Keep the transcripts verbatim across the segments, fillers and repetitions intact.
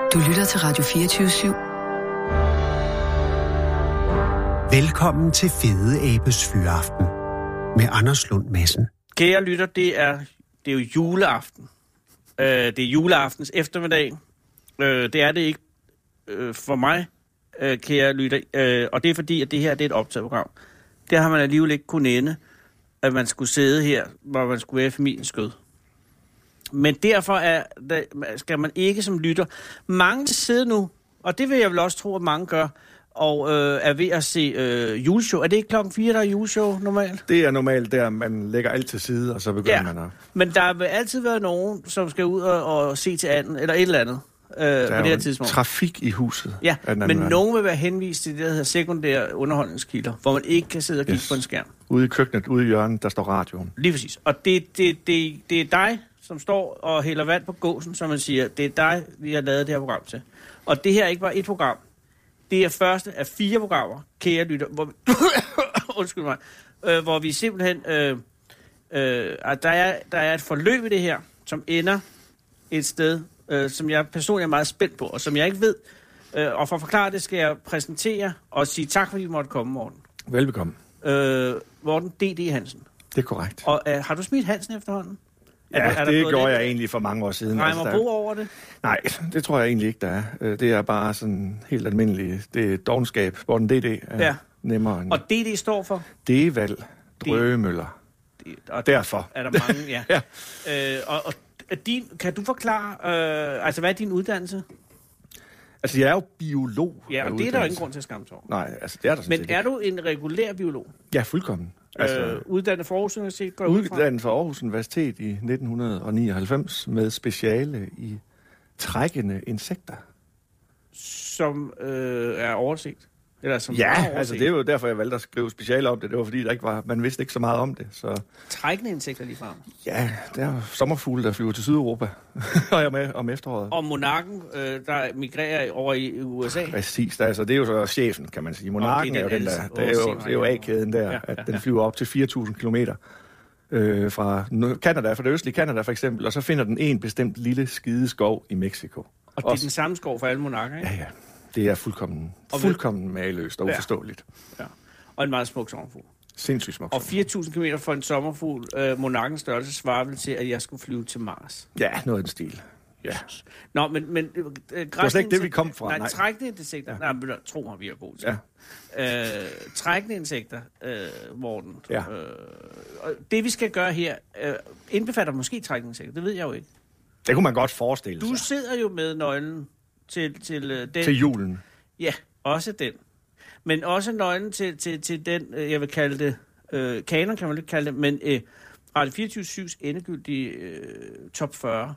Du lytter til Radio fireogtyve syv. Velkommen til Fede Abes Fyraften med Anders Lund Madsen. Kære lytter, det er, det er jo juleaften. Øh, det er juleaftens eftermiddag. Øh, det er det ikke øh, for mig, øh, kære lytter. Øh, og det er fordi, at det her det er et optaget program. Det har man alligevel ikke kunnet ende, at man skulle sidde her, hvor man skulle være i familiens skød. Men derfor er, der, skal man ikke som lytter. Mange sidder nu, og det vil jeg vel også tro, at mange gør, og øh, er ved at se øh, juleshow. Er det ikke klokken fire, der er juleshow normalt? Det er normalt der, man lægger alt til side, og så begynder ja, man at... men der vil altid være nogen, som skal ud og, og se til anden, eller et eller andet øh, på det her tidspunkt. Trafik i huset. Ja, men verden. Nogen vil være henvist til det, der hedder sekundære underholdningskilder, hvor man ikke kan sidde og kigge yes. på en skærm. Ude i køkkenet, ude i hjørnet, der står radioen. Lige præcis. Og det, det, det, det er dig, som står og hælder vand på gåsen, som man siger, det er dig, vi har lavet det her program til. Og det her er ikke bare et program. Det er første af fire programmer, kære lytter, hvor vi, undskyld mig, øh, hvor vi simpelthen, øh, øh, at der er, der er et forløb i det her, som ender et sted, øh, som jeg personligt er meget spændt på, og som jeg ikke ved. Øh, og for at forklare det, skal jeg præsentere og sige tak, fordi vi måtte komme, Morten. Velbekomme. Øh, Morten D D Hansen. Det er korrekt. Og øh, har du smidt Hansen efterhånden? Ja, er der, er der det gjorde lidt? Jeg egentlig for mange år siden. Nej, man altså, bruger over det? Nej, det tror jeg egentlig ikke, der er. Det er bare sådan helt almindeligt. Det er dogenskab. Morten D D er ja. nemmere end... Og D D står for? D-valg. Drøgemøller. Og derfor. Er der mange, ja. ja. Øh, og, og din, kan du forklare, øh, altså hvad er din uddannelse? Altså, jeg er jo biolog. Ja, og det er der jo ingen grund til at skamme sig over. Nej, altså, det er der sådan Men er du en regulær biolog? Ja, fuldkommen. Altså, øh, uddannet fra Aarhus Universitet? Går uddannet fra Aarhus Universitet i nitten nioghalvfems med speciale i trækkende insekter. Som øh, er overset? Eller som ja, overset. Altså det er jo derfor, jeg valgte at skrive speciale om det. Det var fordi, der ikke var, man vidste ikke så meget om det. Så... Trækkende insekter lige frem? Ja, det er sommerfugle, der flyver til Sydeuropa og er med om efteråret. Og monarken, øh, der migrerer over i U S A? Præcis, altså, det er jo så chefen, kan man sige. Monarken er jo den der, det er jo, det er jo A-kæden der, ja, ja, at den flyver op til fire tusind kilometer øh, fra Canada, fra det østlige Canada for eksempel, og så finder den en bestemt lille skide skov i Mexico. Og det er Også... den samme skov for alle monarker, ikke? Ja, ja. Det er fuldkommen, fuldkommen maløst og uforståeligt. Ja. Ja. Og en meget smuk sommerfugl. Sindssygt smuk. Og fire tusind kilometer for en sommerfugl, øh, monarkens størrelse, svarer vel til, at jeg skulle flyve til Mars. Ja, noget af den stil. Ja. Nå, men... men øh, det var slet ikke det, vi kom fra. Nej, nej. Trækkende insekter. Ja. Nej, men tro mig, vi er gode til. Ja. Øh, trækkende insekter, øh, Morten. Ja. Øh, og det, vi skal gøre her, øh, indbefatter måske trækkende insekter. Det ved jeg jo ikke. Det kunne man godt forestille sig. Du sidder jo med nøglen til, til uh, den... Til julen. Ja, også den. Men også nøglen til, til, til den, uh, jeg vil kalde det, uh, kanon kan man ikke kalde det, men uh, Radio fireogtyve syvs endegyldige uh, top fyrre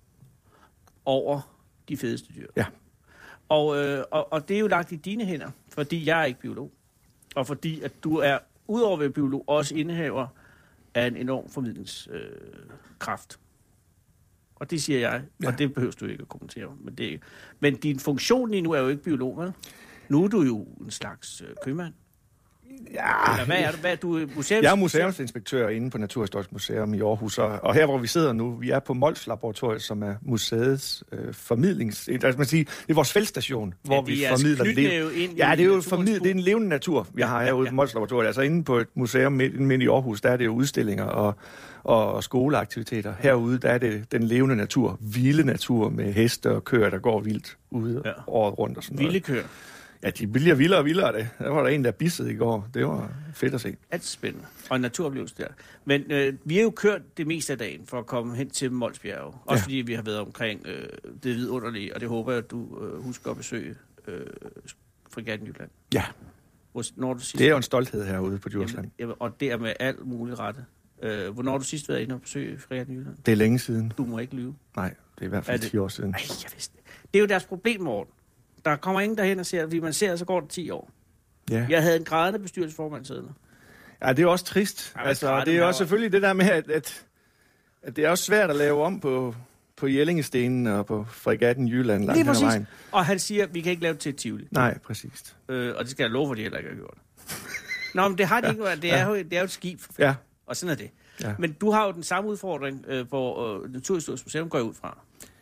over de fedeste dyr. Ja. Og, uh, og, og det er jo lagt i dine hænder, fordi jeg er ikke biolog. Og fordi at du er, udover at være biolog, også indehaver af en enorm formidlingskraft. Uh, Og det siger jeg, ja. Og det behøver du ikke at kommentere. Men, det, men din funktion lige nu er jo ikke biolog, vel? Nu er du jo en slags øh, købmand. Ja. Eller hvad er du? Hvad er du museums- jeg er museumsinspektør inde på Naturhistorisk Museum i Aarhus. Og her, hvor vi sidder nu, vi er på Mols Laboratoriet, som er museets øh, formidlings... Altså man siger, det er vores feltstation, ja, hvor vi formidler det. Ind ja, det er jo formid- det er en levende natur, vi har herude ja, ja. på Mols Laboratoriet. Altså inde på et museum midt, midt i Aarhus, der er det jo udstillinger og og skoleaktiviteter. Herude, der er det den levende natur, vilde natur med heste og køer, der går vildt ude ja. året rundt og sådan noget. Vilde køer? Ja, de bliver vildere og vildere af det. Der var der en, der bissede i går. Det var fedt at se. Alt spændende. Og en naturoplevelse der. Men øh, vi har jo kørt det meste af dagen for at komme hen til Molsbjerge. Også ja. fordi vi har været omkring øh, det vidunderlige, og det håber jeg, at du øh, husker at besøge øh, Fregatten Jylland. Ja. Hvor, når du sidst... Det er jo en stolthed herude på Djursland. Jamen, og det er med alt muligt rette. Øh, hvornår har du sidst været inde og besøge Fregatten Jylland? Det er længe siden. Du må ikke lyve. Nej, det er i hvert fald ti år siden. Nej, jeg vidste det. Det er jo deres problem, Morten. Der kommer ingen derhen og ser, fordi man ser, så går det ti år. Ja. Jeg havde en grædende bestyrelsesformand siddende. Ja, det er jo også trist. Ja, altså, det er jo også selvfølgelig det der med, at, at, at det er også svært at lave om på, på Jellingestenen og på Fregatten Jylland langt hen ad vejen. Og han siger, at vi kan ikke lave det til et Tivoli. Nej, præcis. Øh, og det skal jeg love, for de heller ikke har gjort. Nå, men det har de ikke gjort. Det er, jo, det er jo et skib. Ja. Og sådan er det. Ja. Men du har jo den samme udfordring, øh, hvor øh, Naturhistorisk Museum går ud fra.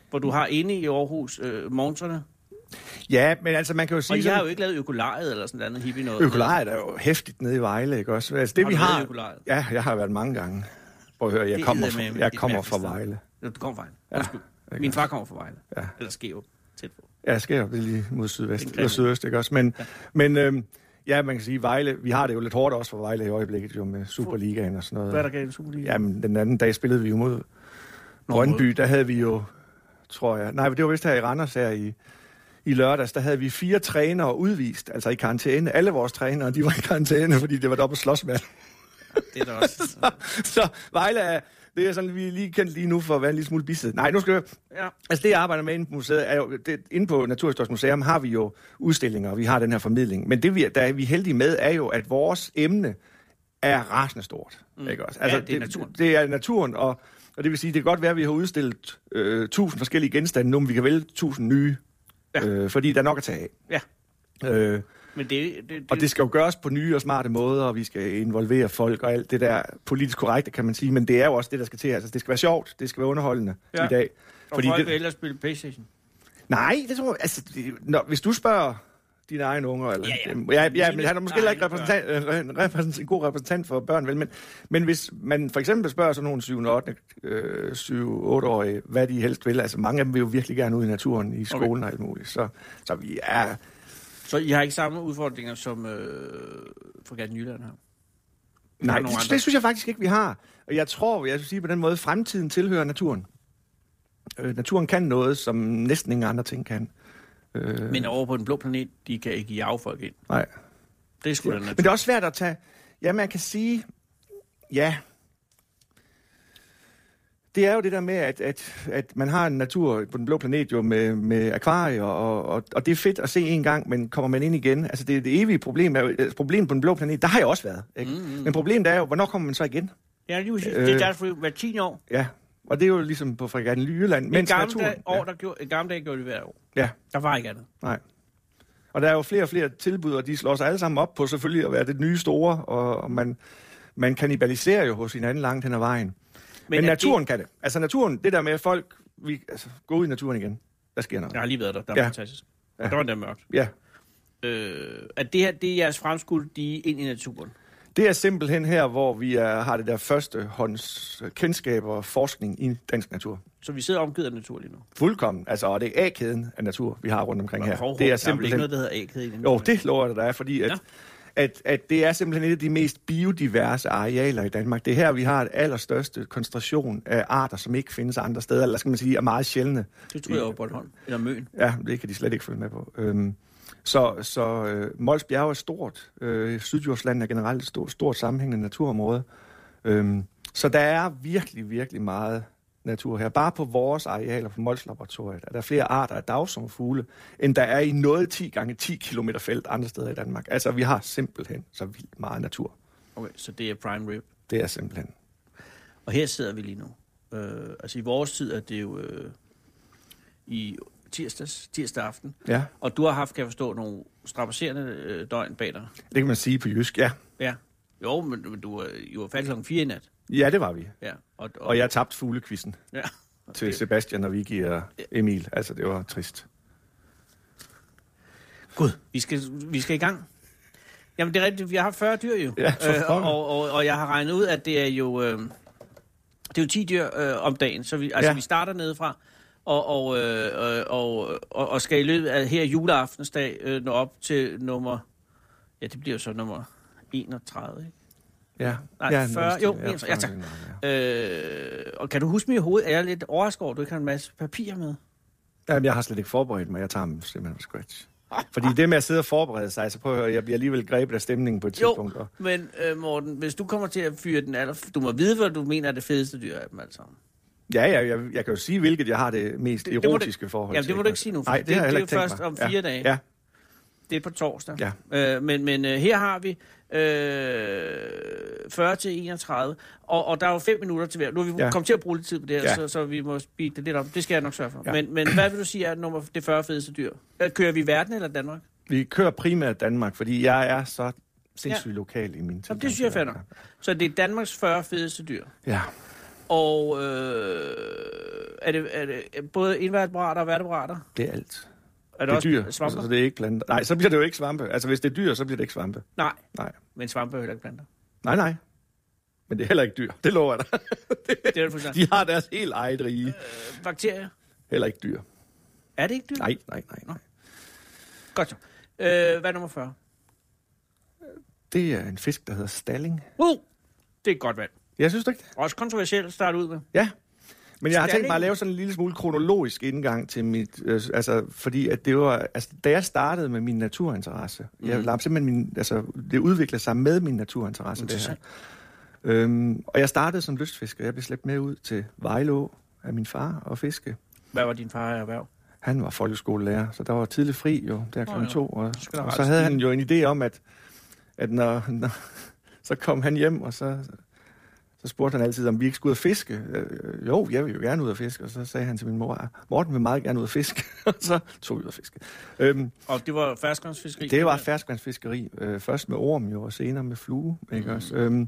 hvor du har inde i Aarhus øh, monsterne. Ja, men altså man kan jo sige... Og jeg har jo ikke lavet økolariet eller sådan noget hippie noget. Økolariet er jo hæftigt nede i Vejle, ikke også? Altså, det, har vi du har... økolariet? Ja, jeg har været mange gange. Prøv at høre, jeg det kommer fra, med, jeg kommer fra Vejle. Du kommer fra Vejle. Ja, Undskyld. Min far kommer fra Vejle. Ja. Eller Skærup. Tæt på. Ja, Skærup, det er lige mod sydvest. Eller sydøst, ikke også? Men, ja. men øhm, ja, man kan sige, Vejle, vi har det jo lidt hårdt også for Vejle i øjeblikket, jo med Superligaen og sådan noget. Hvad er der galt i Superligaen? Jamen, den anden dag spillede vi jo mod Brøndby. Der havde vi jo, tror jeg... Nej, det var vist her i Randers her i... I lørdags, der havde vi fire trænere udvist, altså i karantæne. Alle vores trænere, de var i karantæne, fordi det var dobbelt slås med. Det er der også. så, så Vejle er, det er sådan, vi er lige kendt lige nu for at være en lille smule bisset. Nej, nu skal jeg... Ja. Altså det, jeg arbejder med inde på museet, er jo... Det, inde på Naturhistorisk Museum har vi jo udstillinger, og vi har den her formidling. Men det, vi, der er vi heldige med, er jo, at vores emne er rasende stort. Mm. Ikke også? Altså, ja, det er naturen. Det, det er naturen, og, og det vil sige, det kan godt være, at vi har udstillet øh, tusind forskellige genstande nu, men vi kan vælge tusind nye. Ja. Øh, fordi der er nok at tage af. Ja. Øh, Men det, det, det, og det skal jo gøres på nye og smarte måder, og vi skal involvere folk og alt det der politisk korrekte, kan man sige. Men det er jo også det, der skal til. Altså, det skal være sjovt, det skal være underholdende ja. i dag. Og fordi folk det... vil ellers spille PlayStation? Nej, det tror jeg... Altså, det, når, hvis du spørger dine egne unger, eller... Ja, ja. ja, ja men han er måske heller ikke repræsentant, repræsentant, en god repræsentant for børn, vel? Men, men hvis man for eksempel spørger sådan nogle syv otte, otte-årige, hvad de helst vil, altså mange af dem vil jo virkelig gerne ud i naturen, i skolen okay. og alt muligt. Så, så vi er... Så I har ikke samme udfordringer, som øh, Fregatten Jylland har? Nej, det, det synes jeg faktisk ikke, vi har. Og jeg tror, jeg vil sige på den måde, fremtiden tilhører naturen. Øh, naturen kan noget, som næsten ingen andre ting kan. Øh... Men over på den blå planet, de kan ikke jage folk ind. Nej. Det er sgu da natur. Men det er også svært at tage... Ja, man kan sige... Ja... Det er jo det der med, at, at, at man har en natur på den blå planet jo med, med akvarier, og, og, og det er fedt at se en gang, men kommer man ind igen? Altså det, det evige problem er jo, altså problemet på den blå planet, der har jeg også været, ikke? Mm-hmm. Men problemet er jo, hvornår kommer man så igen? Ja, det er, det er derfor hver ti år. Ja, og det er jo ligesom på Fregatten Jylland, mens naturen... Dag, år, der gjorde, et gamle dag gjorde det hver år. Ja. Der var ikke andet. Nej. Og der er jo flere og flere tilbud, og de slår sig alle sammen op på selvfølgelig at være det nye store, og, og man, man kannibaliserer jo hos hinanden langt hen ad vejen. Men, Men naturen det... kan det. Altså naturen, det der med, at folk vi, altså, går ud i naturen igen, der sker noget. Jeg har lige været der, der er ja. fantastisk. Og ja. der var der mørkt. Ja. Øh, at det her, det er jeres fremskud, de er ind i naturen? Det er simpelthen her, hvor vi er, har det der første hånds kendskab og forskning i dansk natur. Så vi sidder omgivet af natur lige nu? Fuldkommen. Altså, og det er A-kæden af natur, vi har rundt omkring her. For, det er der simpelthen... ikke noget, der hedder A-kæden? Jo, det lover jeg, der er, fordi at... Ja. At, at det er simpelthen et af de mest biodiverse arealer i Danmark. Det er her, vi har et allerstørste koncentration af arter, som ikke findes andre steder, eller skal man sige, er meget sjældne. Det tror jeg over Bornholm, eller Møn. Ja, det kan de slet ikke følge med på. Øhm, så så øh, Mols Bjerge er stort. Øh, Sydjordsland er generelt et stort, stort sammenhængende naturområde. Øhm, så der er virkelig, virkelig meget natur her. Bare på vores arealer på Mols-laboratoriet er der flere arter af dagsommerfugle, end der er i noget ti gange ti kilometer felt andre steder i Danmark. Altså, vi har simpelthen så vildt meget natur. Okay, så det er prime rib? Det er simpelthen. Og her sidder vi lige nu. Øh, altså, i vores tid er det jo øh, i tirsdags, tirsdag aften. Ja. Og du har haft, kan jeg forstå, nogle strapasserende øh, døgn bag dig. Det kan man sige på jysk, ja. Ja. Jo, men, men du jo var færdig klokken fire i nat. Ja, det var vi. Ja, og, og, og jeg tabte fuglekvisten ja, okay. til Sebastian og Vicky og Emil. Altså, det var trist. Gud, vi skal, vi skal i gang. Jamen, det er rigtigt. Vi har fyrre dyr jo. Ja, øh, og, og, og jeg har regnet ud, at det er jo, øh, det er jo ti dyr øh, om dagen. Så vi, altså, ja. vi starter nedefra. Og, og, øh, og, og, og skal i løbet af her juleaftensdag øh, nå op til nummer... Ja, det bliver jo så nummer enogtredive, ikke? Ja. Nej, ja, fyrre, jo, enogtredive, ja, tak. Ja. Øh, og kan du huske mig i hovedet? Er jeg lidt overrasket over, at du ikke har en masse papir med? Jamen, jeg har slet ikke forberedt mig. Jeg tager dem simpelthen på scratch. Fordi det med at sidde og forberede sig, så prøv at høre, jeg bliver alligevel grebet af stemningen på et tidspunkt. Jo, men øh, Morten, hvis du kommer til at fyre den aller... Du må vide, hvad du mener er det fedeste dyr af dem alle sammen. Ja, ja, jeg, jeg kan jo sige, hvilket jeg har det mest det, erotiske det, forhold til. Jamen, det må du ikke sige nu, for Nej, det, det, det, det, det er jo først mig. om fire ja. dage. Ja. Det er på torsdag. Ja. Øh, men men øh, her har vi øh, fyrre til enogtredive, og, og der er jo fem minutter til hver. Nu er vi ja. kommet til at bruge lidt tid på det her, ja. så, så vi må speede det lidt op. Det skal jeg nok sørge for. Ja. Men, men hvad vil du sige er nummer, det fyrre fedeste dyr? Kører vi i verden eller Danmark? Vi kører primært Danmark, fordi jeg er så sindssygt ja. lokal i min tid. Det synes jeg fair nok. Så det er Danmarks fyrre fedeste dyr? Ja. Og øh, er, det, er det både invertebrater og vertebrater? Det er alt. Er det, det er også dyr, svamper? så det er ikke planter. Nej, så bliver det jo ikke svampe. Altså, hvis det er dyr, så bliver det ikke svampe. Nej, Nej. men svampe er heller ikke planter. Nej, nej. Men det er heller ikke dyr. Det lover jeg dig. Det er det De har deres helt eget rige. øh, bakterier? Heller ikke dyr. Er det ikke dyr? Nej, nej, nej, nej. Godt så. Øh, hvad er nummer fyrre? Det er en fisk, der hedder stalling. Uh, det er et godt valg. Jeg synes du ikke det? Også kontroversielt at starte ud med. Ja. Men jeg har tænkt Stalling? mig at lave sådan en lille smule kronologisk indgang til mit... Øh, altså, fordi at det var... Altså, da jeg startede med min naturinteresse... Mm. Jeg lader simpelthen min... Altså, det udviklede sig med min naturinteresse, det her. Øhm, og jeg startede som lystfisker. Jeg blev slæbt med ud til Vejlå af min far og fiske. Hvad var din far erhverv? Han var folkeskolelærer, så der var tidlig fri jo, der klokken ja. to. Og, og og så havde han jo en idé om, at, at når, når... Så kom han hjem, og så... Så spurgte han altid, om vi ikke skulle ud og fiske. Øh, jo, jeg vil jo gerne ud og fiske. Og så sagde han til min mor, Morten vil meget gerne ud og fiske. Og så tog vi ud og fiske. Øhm, og det var ferskvandsfiskeri? Det var ferskvandsfiskeri. Øh, først med orm jo, og senere med flue. Ikke mm. også? Øhm,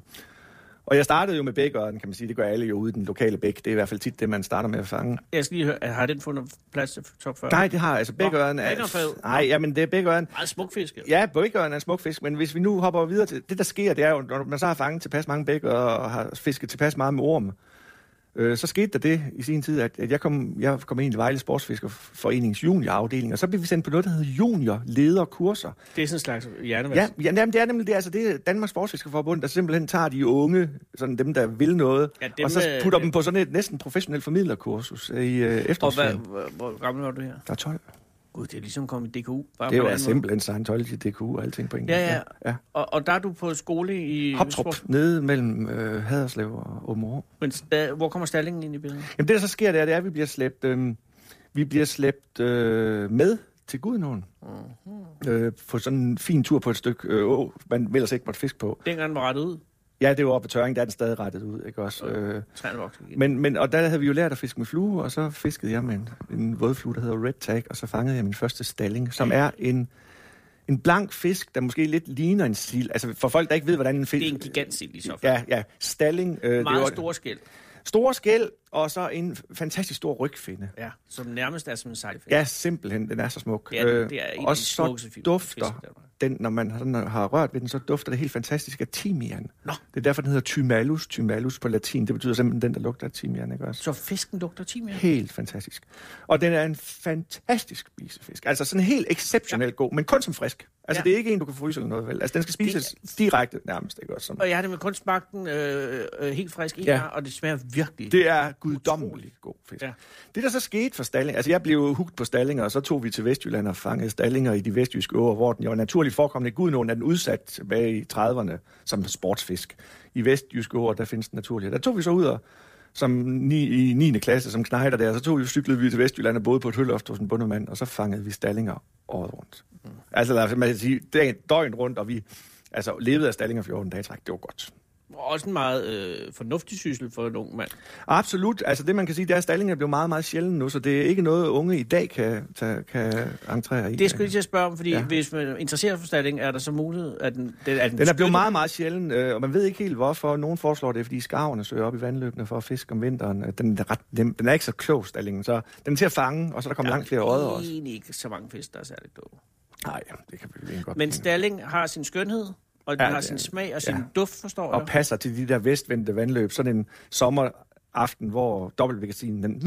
og jeg startede jo med bækørden, kan man sige. Det gør alle jo ude i den lokale bæk. Det er i hvert fald tit det, man starter med at fange. Jeg skal lige høre, har den fundet plads til top fyrre? Nej, det har altså bækørden. Er, nej, jamen det er bækørden. Meget smuk fisk. Ja, bækørden er en smuk fisk, men hvis vi nu hopper videre til... Det, der sker, det er jo, når man så har fanget tilpas mange bækker og har fisket tilpas meget med orm, øh, så skete der det i sin tid, at, at jeg, kom, jeg kom ind i Vejle Sportsfiskerforeningens juniorafdeling, og så blev vi sendt på noget, der hedder juniorlederkurser. Det er sådan en slags hjernevask. Ja, ja jamen, det er nemlig det. Altså, det er Danmarks Sportsfiskerforbund, der simpelthen tager de unge, sådan dem, der vil noget, ja, og så putter øh, dem på sådan et næsten professionelt formidlerkursus i øh, efterårsferien. Og hvad, hvor gammel var du her? Der er tolv. Gud, det er ligesom kommet i D K U. Bare det er jo simpelthen Scientology, D K U og alting på en gang. Ja, ja. ja. Og, og der er du på skole i... Hoptrup, nede mellem øh, Haderslev og Åbenrå. Men sta- hvor kommer stallingen ind i billedet? Jamen det, der så sker, det er, det er at vi bliver slæbt, øh, vi bliver slæbt øh, med til Gudenåen. Uh-huh. Øh, på sådan en fin tur på et stykke øh, å, man ellers ikke måtte fiske på. Dengang den var rettet ud? Ja, det var oppe på tørring, der er den stadig rettet ud, ikke også? Øh, men, men, og der havde vi jo lært at fiske med flue, og så fiskede jeg med en, en vådflue, der hedder Red Tag, og så fangede jeg min første stalling, som er en, en blank fisk, der måske lidt ligner en sild. Altså for folk, der ikke ved, hvordan en fisk... Det er en gigantsild i så fald. Ja, ja, stalling. Øh, Meget store skæld. Store skæld, og så en fantastisk stor rygfinde. Ja, som nærmest er som en sejlfisk. Ja, simpelthen. Den er så smuk. Det er, det er en og så dufter den, når man sådan har rørt ved den, så dufter det helt fantastisk af timian. Nå. Det er derfor, den hedder Thymallus. Thymallus på latin. Det betyder simpelthen den, der lugter af timian, ikke også? Så fisken lugter timian? Helt fantastisk. Og den er en fantastisk spisefisk. Altså sådan helt exceptionelt ja. god, men kun som frisk. Altså ja. det er ikke en, du kan fryse eller noget, vel? Altså den skal spises det... direkte nærmest, ikke også? Som... Og jeg har det med kun smagt den øh, øh, helt frisk i, ja. og det smager virkelig... Det er guddommeligt god fisk. Ja. Det, der så skete for stalling... Altså jeg blev hugt på stallinger, og så tog vi til Vestjylland og fangede stallinger i de vestjyske åer, hvor den jo naturligt forekommende i Gudenåen er den udsat tilbage i trediverne som sportsfisk. I vestjyske åer, der findes den naturligt. Der tog vi så ud og som ni, i niende klasse som knejder der, så tog vi, cyklede vi til Vestjylland og boede på et hølloft hos en bondemand, og så fangede vi stallinger året rundt. Mm. Altså lad mig sige, dagen, døgn rundt, og vi altså, levede af stallinger fjorten dage træk. Det var godt. Også en meget øh, fornuftig syssel for en ung mand. Absolut. Altså det man kan sige, det er, at stallinger bliver meget, meget sjældent nu, så det er ikke noget, unge i dag kan, tage, kan entrere i. Det skulle jeg til at spørge om, fordi ja. hvis man interesserer for stalling, er der så mulighed, at den... Den er, den den er blevet meget, meget sjældent, øh, og man ved ikke helt hvorfor. Nogen foreslår det, fordi skarverne søger op i vandløbene for at fiske om vinteren. Den er, ret, den, den er ikke så klog, stallingen, så den er til at fange, og så der kommer langt flere odder også. Der er egentlig ikke så mange fisk, der er særligt kloge. Nej, det kan vi ikke godt. Men stalling har sin skønhed, og den ja, har sin smag og sin ja. duft, forstår jeg. Og passer til de der vestvendte vandløb. Sådan en sommeraften, hvor dobbeltvegasinen den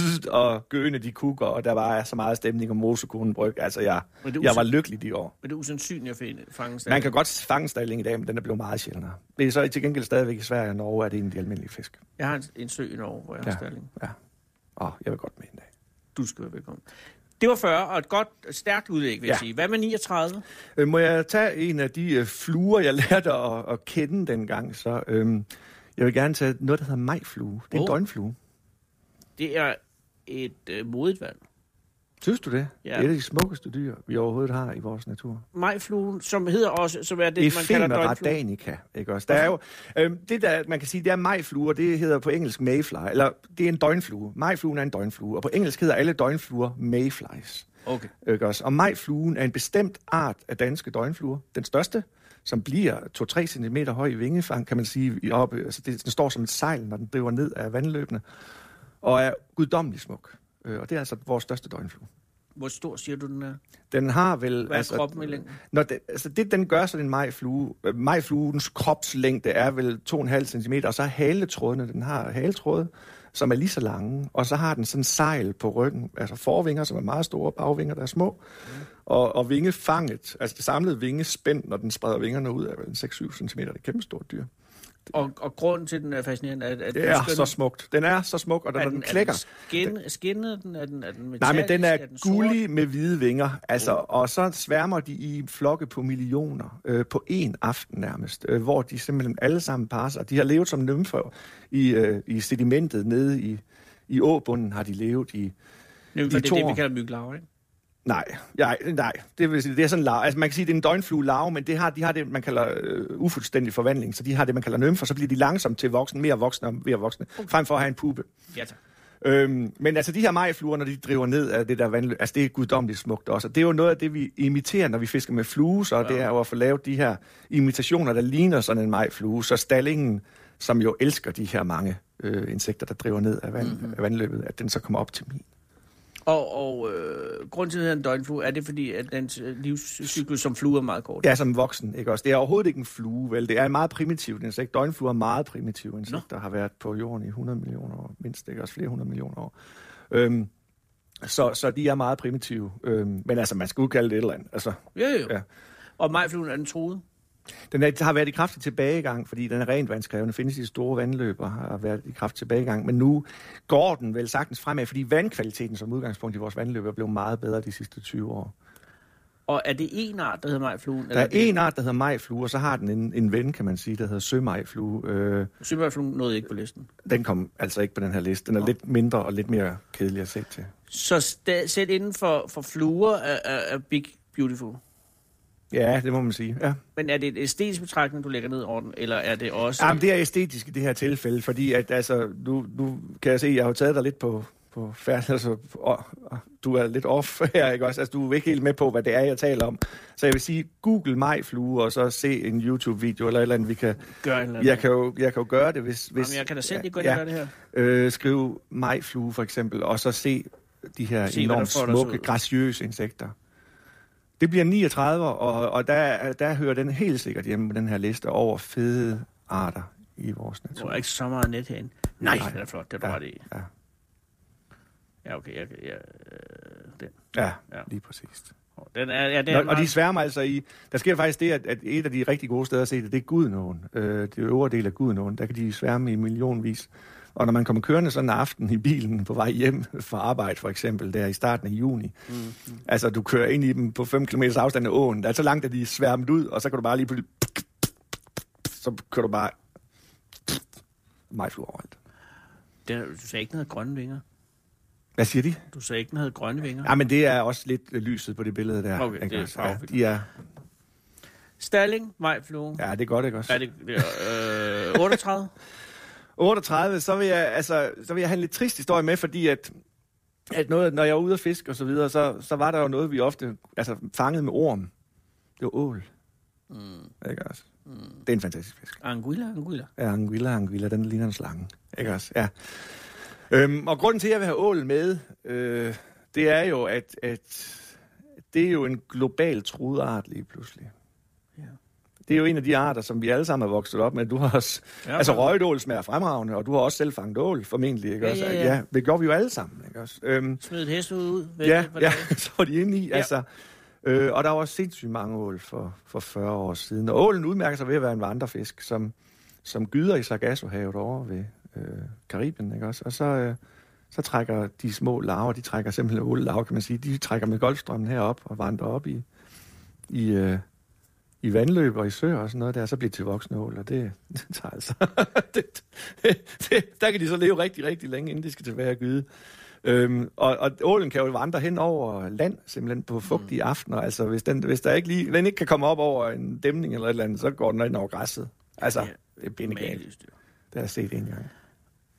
og gøene de kukker, og der var så meget stemning om Mosekonen Bryg. Altså, jeg, jeg var lykkelig de år. Men det er usandsynligt at finde, fange stalling. Man kan godt fange stalling i dag, men den er blevet meget sjældnere. Det er så til gengæld stadigvæk i Sverige og Norge, er det en af de almindelige fisk. Jeg har en, en sø i Norge, hvor jeg ja. har stalling. Ja. Åh, jeg vil godt med en dag. Du skal være velkommen. Det var fyrre, og et godt, stærkt udlæg, vil ja. jeg sige. Hvad med niogtredive? Øh, må jeg tage en af de øh, fluer, jeg lærte at, at kende dengang? Så øh, jeg vil gerne tage noget, der hedder majflue. Det er oh. en døgnflue. Det er et øh, modigt valg. Synes du det? Ja. Det er et af de smukkeste dyr, vi overhovedet har i vores natur. Majfluen, som hedder også, som er det, Ephemera man kalder døgnflue. Danica, ikke også? Der er jo, øh, det der, man kan sige, det er majfluer, det hedder på engelsk mayfly, eller det er en døgnflue. Majfluen er en døgnflue, og på engelsk hedder alle døgnfluer mayflies. Okay. Ikke også? Og majfluen er en bestemt art af danske døgnfluer. Den største, som bliver to til tre centimeter høj i vingefang, kan man sige. Oppe. Altså det, den står som et sejl, når den driver ned af vandløbene. Og er guddommelig smuk. Og det er altså vores største døgnflue. Hvor stor siger du, den er? Den har vel... Hvad er altså, kroppen i længden? Når det, altså det, den gør, så den majflue... Majfluens kropslængde er vel to komma fem centimeter, og så er haletrådene, den har haletråde, som er lige så lange, og så har den sådan sejl på ryggen, altså forvinger, som er meget store, bagvinger, der er små, mm. og, og vingefanget, altså det samlede vingespænd, når den spreder vingerne ud, er vel seks til syv centimeter, det er et kæmpe stort dyr. Og, og grunden til, den er fascinerende, er, at det er så smukt. Den er så smuk, og den, er når den, den klækker... Er den skinnet? Den, er den, er den Nej, men den er, er den gullig med hvide vinger, altså, oh. og så sværmer de i flokke på millioner, øh, på én aften nærmest, øh, hvor de simpelthen alle sammen passer. De har levet som nymfer i, øh, i sedimentet nede i, i åbunden, har de levet i, Nymfer, i det er det, vi kalder myglarver, ikke? Nej, nej, nej. Det, vil sige, det er sådan larve. Altså man kan sige, det er en døgnflue larve, men det har, de har det, man kalder øh, ufuldstændig forvandling. Så de har det, man kalder nymfer, så bliver de langsomt til voksne, mere voksne og mere voksne, okay. frem for at have en puppe. Ja, tak. Øhm, men altså de her majfluer, når de driver ned af det der vandløb, altså det er guddommeligt smukt også. Og det er jo noget af det, vi imiterer, når vi fisker med flue, så ja. Det er jo at få lavet de her imitationer, der ligner sådan en majflue. Så stallingen, som jo elsker de her mange øh, insekter, der driver ned af, vand, mm-hmm. af vandløbet, at den så kommer op til min. Og, og øh, grunden til, at den døgnflue, er det fordi, at dens livscyklus som flue er meget kort? Ja, som voksen, ikke også? Det er overhovedet ikke en flue, vel? Det er en meget primitiv insekt. Døgnfluer er meget primitive insekter, der har været på jorden i hundrede millioner år, mindst, ikke også? Flere hundrede millioner år. Øhm, så, så de er meget primitive. Øhm, men altså, man skal udkalde det et eller andet. Altså, jo, jo. Ja. Og majfluen er den truet? Den er, har været i kraftig tilbagegang, fordi den er rent vandskrævende. Findes i store vandløb og har været i kraftig tilbagegang. Men nu går den vel sagtens fremad, fordi vandkvaliteten som udgangspunkt i vores vandløb er blevet meget bedre de sidste tyve år. Og er det en art, der hedder majfluen? Der er en art, der hedder majflue, og så har den en, en ven, kan man sige, der hedder sømajflue. Øh, Sømajfluen nåede ikke på listen? Den kom altså ikke på den her liste. Den er oh. lidt mindre og lidt mere kedelig at se til. Så st- selv inden for, for fluer er, er, er Big Beautiful? Ja, det må man sige, ja. Men er det et æstetisk betragtning, du lægger ned over den, eller er det også... Jamen, det er æstetisk i det her tilfælde, fordi at, altså, nu, nu kan jeg se, at jeg har taget dig lidt på, på færd, altså, og, og du er lidt off her, ikke også? Altså, du er ikke helt med på, hvad det er, jeg taler om. Så jeg vil sige, Google majflue, og så se en YouTube-video, eller et eller andet, vi kan... Gør en eller jeg, kan jo, jeg kan jo gøre det, hvis... hvis Jamen, jeg kan da selv ikke gå ind ja, og gøre det her. Øh, skriv majflue, for eksempel, og så se de her se, enormt smukke, graciøse insekter. Det bliver niogtredive, og, og der, der hører den helt sikkert hjemme på den her liste over fede arter i vores natur. Du er ikke så meget net herinde. Nej, Nej. det er flot, det er du ja, ret i. Ja. Ja, okay, jeg, jeg, den. Ja, ja, lige præcis. Den er, ja, den er Nå, meget... Og de sværmer altså i... Der sker faktisk det, at, at et af de rigtig gode steder at se det, det er Gudenåen. Øh, det øvre del af Gudenåen. Der kan de sværme i millionvis. Og når man kommer kørende sådan en aften i bilen på vej hjem fra arbejde, for eksempel, der i starten af juni, mm, mm. altså du kører ind i dem på fem kilometers afstand af åen, der er så langt, at de er sværmet ud, og så kan du bare lige pludselig... Så kører du bare... majflue overalt. Det, du sagde ikke, den havde grønne vinger. Hvad siger de? Du sagde ikke, den havde grønne vinger. Ja, men det er også lidt lyset på det billede der. Okay, det er farveligt. Ja, de er... Stalling, majflue. Ja, det er godt, ikke også? Er det, det er, øh, otteogtredive? otteogtredive, så vil jeg, altså, så vil jeg have en lidt trist historie med, fordi at, at noget, når jeg er ude at fiske og så videre, så, så var der jo noget, vi ofte altså, fangede med orm. Det var ål. Mm. Ikke også? Mm. Det er en fantastisk fisk. Anguilla, anguilla. Ja, anguilla, anguilla, den ligner en slange. Ikke også? Ja. Øhm, og grunden til, at jeg vil have ål med, øh, det er jo, at, at det er jo en global truet art lige pludselig. Ja. Det er jo en af de arter, som vi alle sammen har vokset op med. Du har også, ja, altså røgdål smager fremragende, og du har også selv fanget ål, formentlig, ikke ja, også? Ja, ja. Ja, det gjorde vi jo alle sammen, ikke også? Øhm, Smid et hest ud. Ja, ja, så var de inde i, ja. altså. Øh, og der var også sindssygt mange ål for, for fyrre år siden. Og ålen udmærker sig ved at være en vandrefisk, som, som gyder i Sargassohavet over ved øh, Karibien, ikke også? Og så, øh, så trækker de små larver, de trækker simpelthen ålelarver, kan man sige, de trækker med Golfstrømmen herop og vandrer op i, i, øh, i vandløb og i søer og sådan noget der, så bliver det til voksne ål, og det, det tager altså... det, det, der kan de så leve rigtig, rigtig længe, inden de skal tilbage og gyde. Øhm, og, og ålen kan jo vandre hen over land, simpelthen på fugtige mm. aftener. Altså, hvis den, hvis der ikke lige, den ikke kan komme op over en dæmning eller et eller andet, så går den ind over græsset. Altså, ja, det er bindegalt. Det har jeg set en gang.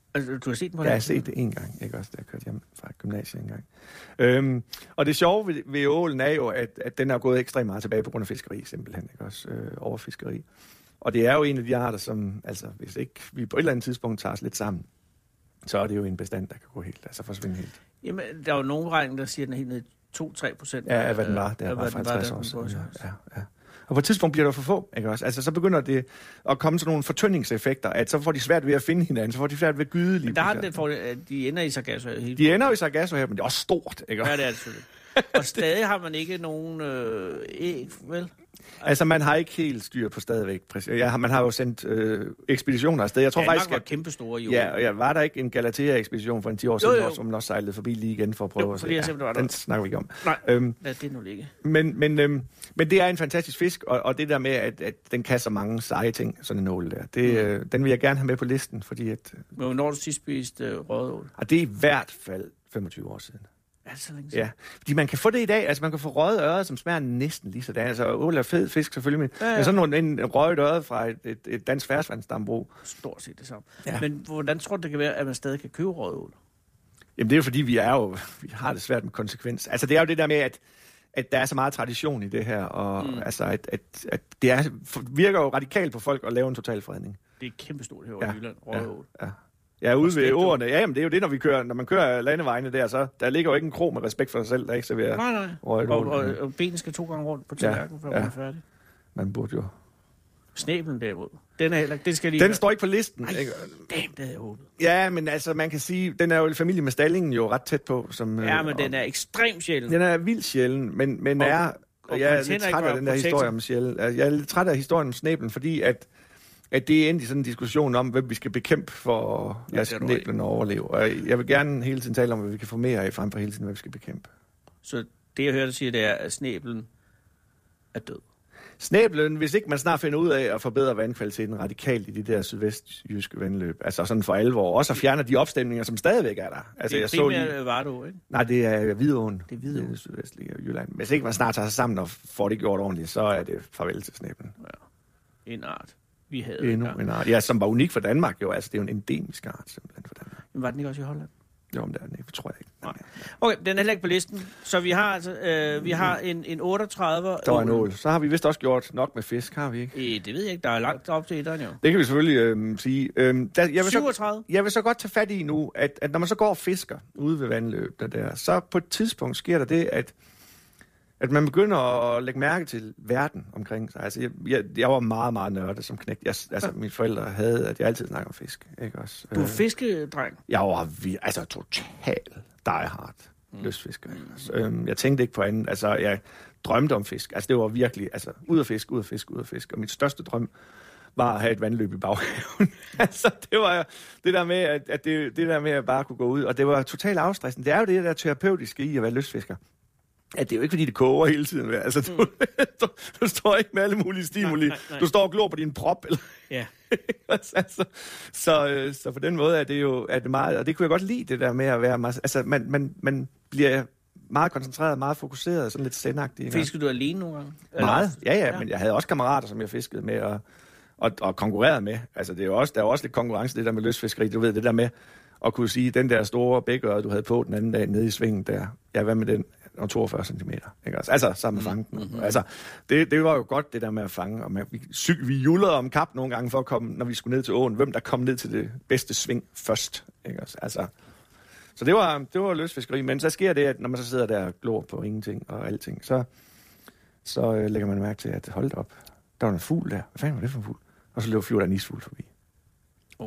Altså, du har set den på Ja, det? jeg har set det en gang, ikke også, da jeg kørte hjem fra gymnasiet en gang. Øhm, og det sjove ved, ved ålen er jo, at, at den er gået ekstremt meget tilbage på grund af fiskeri, simpelthen, ikke også, øh, overfiskeri. Og det er jo en af de arter, som, altså, hvis ikke vi på et eller andet tidspunkt tager os lidt sammen, så er det jo en bestand, der kan gå helt, altså forsvinde helt. Jamen, der er jo nogle regninger, der siger, at den er helt ned to til tre procent. Ja, af hvad den var, der var for halvtreds år siden. Ja, ja. Og på et tidspunkt bliver der for få, ikke også? Altså, så begynder det at komme sådan nogle fortyndingseffekter, at så får de svært ved at finde hinanden, så får de svært ved at gyde lige. Men der har det for, at de ender i Sargassohavet hele. De ender jo i Sargassohavet, men det er også stort, ikke også? Ja, det er det selvfølgelig. Og stadig har man ikke nogen øh, æg, vel? Altså, man har ikke helt styr på stadigvæk. Ja, man har jo sendt øh, ekspeditioner afsted. Jeg tror Danmark faktisk, var at kæmpestore jo. Ja, og ja, var der ikke en Galatea-ekspedition for en ti år siden, jo, jo. Hvor man også sejlede forbi lige igen for at prøve jo, at se? Ja, ja, den snakker vi ikke om. Nej, øhm, lad det nu ligge. Men, men, øhm, men det er en fantastisk fisk, og, og det der med, at, at den kan så mange seje ting, sådan en ål der, det, mm. øh, den vil jeg gerne have med på listen, fordi at... Men hvornår har du sidst spist øh, rødål? Og det er i hvert fald femogtyve år siden. Er det så længe siden? Ja, fordi man kan få det i dag. Altså, man kan få røget øre, som smager næsten lige sådan. Altså, ål er fed fisk selvfølgelig, men, ja, ja. men sådan en, en røget øre fra et, et, et dansk ferskvandsdambrug. Stort set det samme. Ja. Men hvordan tror du, det kan være, at man stadig kan købe rødål? Jamen, det er jo fordi, vi er jo, vi har det svært med konsekvens. Altså, det er jo det der med, at, at der er så meget tradition i det her, og mm. altså, at, at, at det er, virker jo radikalt på folk at lave en totalfredning. Det er kæmpestort her over ja. Jylland, rødål. Ja, ja. Ja, ude ved åerne. Ja, men det er jo det, når vi kører, når man kører landevejene der, så der ligger jo ikke en krog med respekt for sig selv, der ikke serverer. Nej, nej. Og, og, og benene skal to gange rundt på tallerkenen, ja, før ja. man er færdig. Man burde jo. Snæblen derimod. Den er heller det skal lige. Den være. står ikke på listen. Ej, ikke? Damn, det havde jeg håbet. Ja, men altså, man kan sige, den er jo i familie med stallingen jo ret tæt på. Som, ja, men og, den er ekstremt sjælden. Den er vildt sjælden, men, men og, er... Og jeg er lidt træt af den der historie om sjælen. Jeg er lidt træt af historien om snæblen, fordi at at det er endelig sådan en diskussion om, hvem vi skal bekæmpe for at lade snæblen overleve. Og jeg vil gerne hele tiden tale om, hvad vi kan få mere af, frem for hele tiden, hvad vi skal bekæmpe. Så det, jeg hørte sige, det er, at snæblen er død. Snæblen, hvis ikke man snart finder ud af at forbedre vandkvaliteten radikalt i de der sydvestjyske vandløb, altså sådan for alvor, også at fjerne de opstemninger, som stadigvæk er der. Altså, det er primært lige... Vardå, ikke? Nej, det er Hvidåen. Det er Hvidåen. Det er sydvestlige Jylland. Hvis ikke man snart tager sig sammen og får det gjort ordentligt, så er det farvel til snæblen. Ja. En art. Vi havde Endnu en art. Ja, som var unik for Danmark jo. Altså, det er jo en endemisk art simpelthen for Danmark. Men var den ikke også i Holland? Jo, men det er den ikke, tror jeg ikke. Nej. Okay, den er heller ikke på listen. Så vi har altså øh, vi har en, en otteogtredive... Der var en ål. Så har vi vist også gjort nok med fisk, har vi ikke? Øh, det ved jeg ikke. Der er langt op til etteren jo. Det kan vi selvfølgelig øh, sige. Øh, der, jeg vil syvogtredive? Så, jeg vil så godt tage fat i nu, at, at når man så går og fisker ude ved vandløb, der, der, så på et tidspunkt sker der det, at at man begynder at lægge mærke til verden omkring sig. Altså, jeg, jeg, jeg var meget, meget nørdet som knægt. Jeg, altså, ja. Mine forældre havde, at jeg altid snakker om fisk. Ikke også? Du er fiskedreng? Jeg var vi, altså total diehard mm. lystfisker. Ikke også? Øhm, jeg tænkte ikke på andet. Altså, jeg drømte om fisk. Altså, det var virkelig, altså, ud af fisk, ud af fisk, ud af fisk. Og mit største drøm var at have et vandløb i baghaven. Altså, det var det der med, at, at det, det der med at bare kunne gå ud. Og det var totalt afstressende. Det er jo det der terapeutiske i at være lystfisker. At det er jo ikke, fordi det koger hele tiden. Altså, du, mm. du, du står ikke med alle mulige stimuli. Nej, nej, nej. Du står og glor på din prop. Eller? Ja. altså, så, så på den måde er det jo er det meget... Og det kunne jeg godt lide, det der med at være... Meget, altså, man, man, man bliver meget koncentreret, meget fokuseret, sådan lidt sendagtig. Fiskede du alene nogle gange? Meget, ja, ja, ja, men jeg havde også kammerater, som jeg fiskede med og, og, og konkurrerede med. Altså, det er jo også, der er jo også lidt konkurrence, det der med lystfiskeri. Du ved, det der med at kunne sige, den der store bækøre, du havde på den anden dag nede i svingen der, ja, hvad med den? Og toogfyrre centimeter, ikke også? Altså, sammen med fangen. Mm-hmm. Altså, det, det var jo godt, det der med at fange. Og man, vi, vi julede om kap nogle gange for at komme, når vi skulle ned til åen, hvem der kom ned til det bedste sving først, ikke også? Altså, så det var, det var lystfiskeri. Men så sker det, at når man så sidder der og glor på ingenting og alting, så, så øh, lægger man mærke til, at hold op, der var en fugl der. Hvad fanden var det for en fugl? Og så løb flyver der en isfugl forbi. Oh.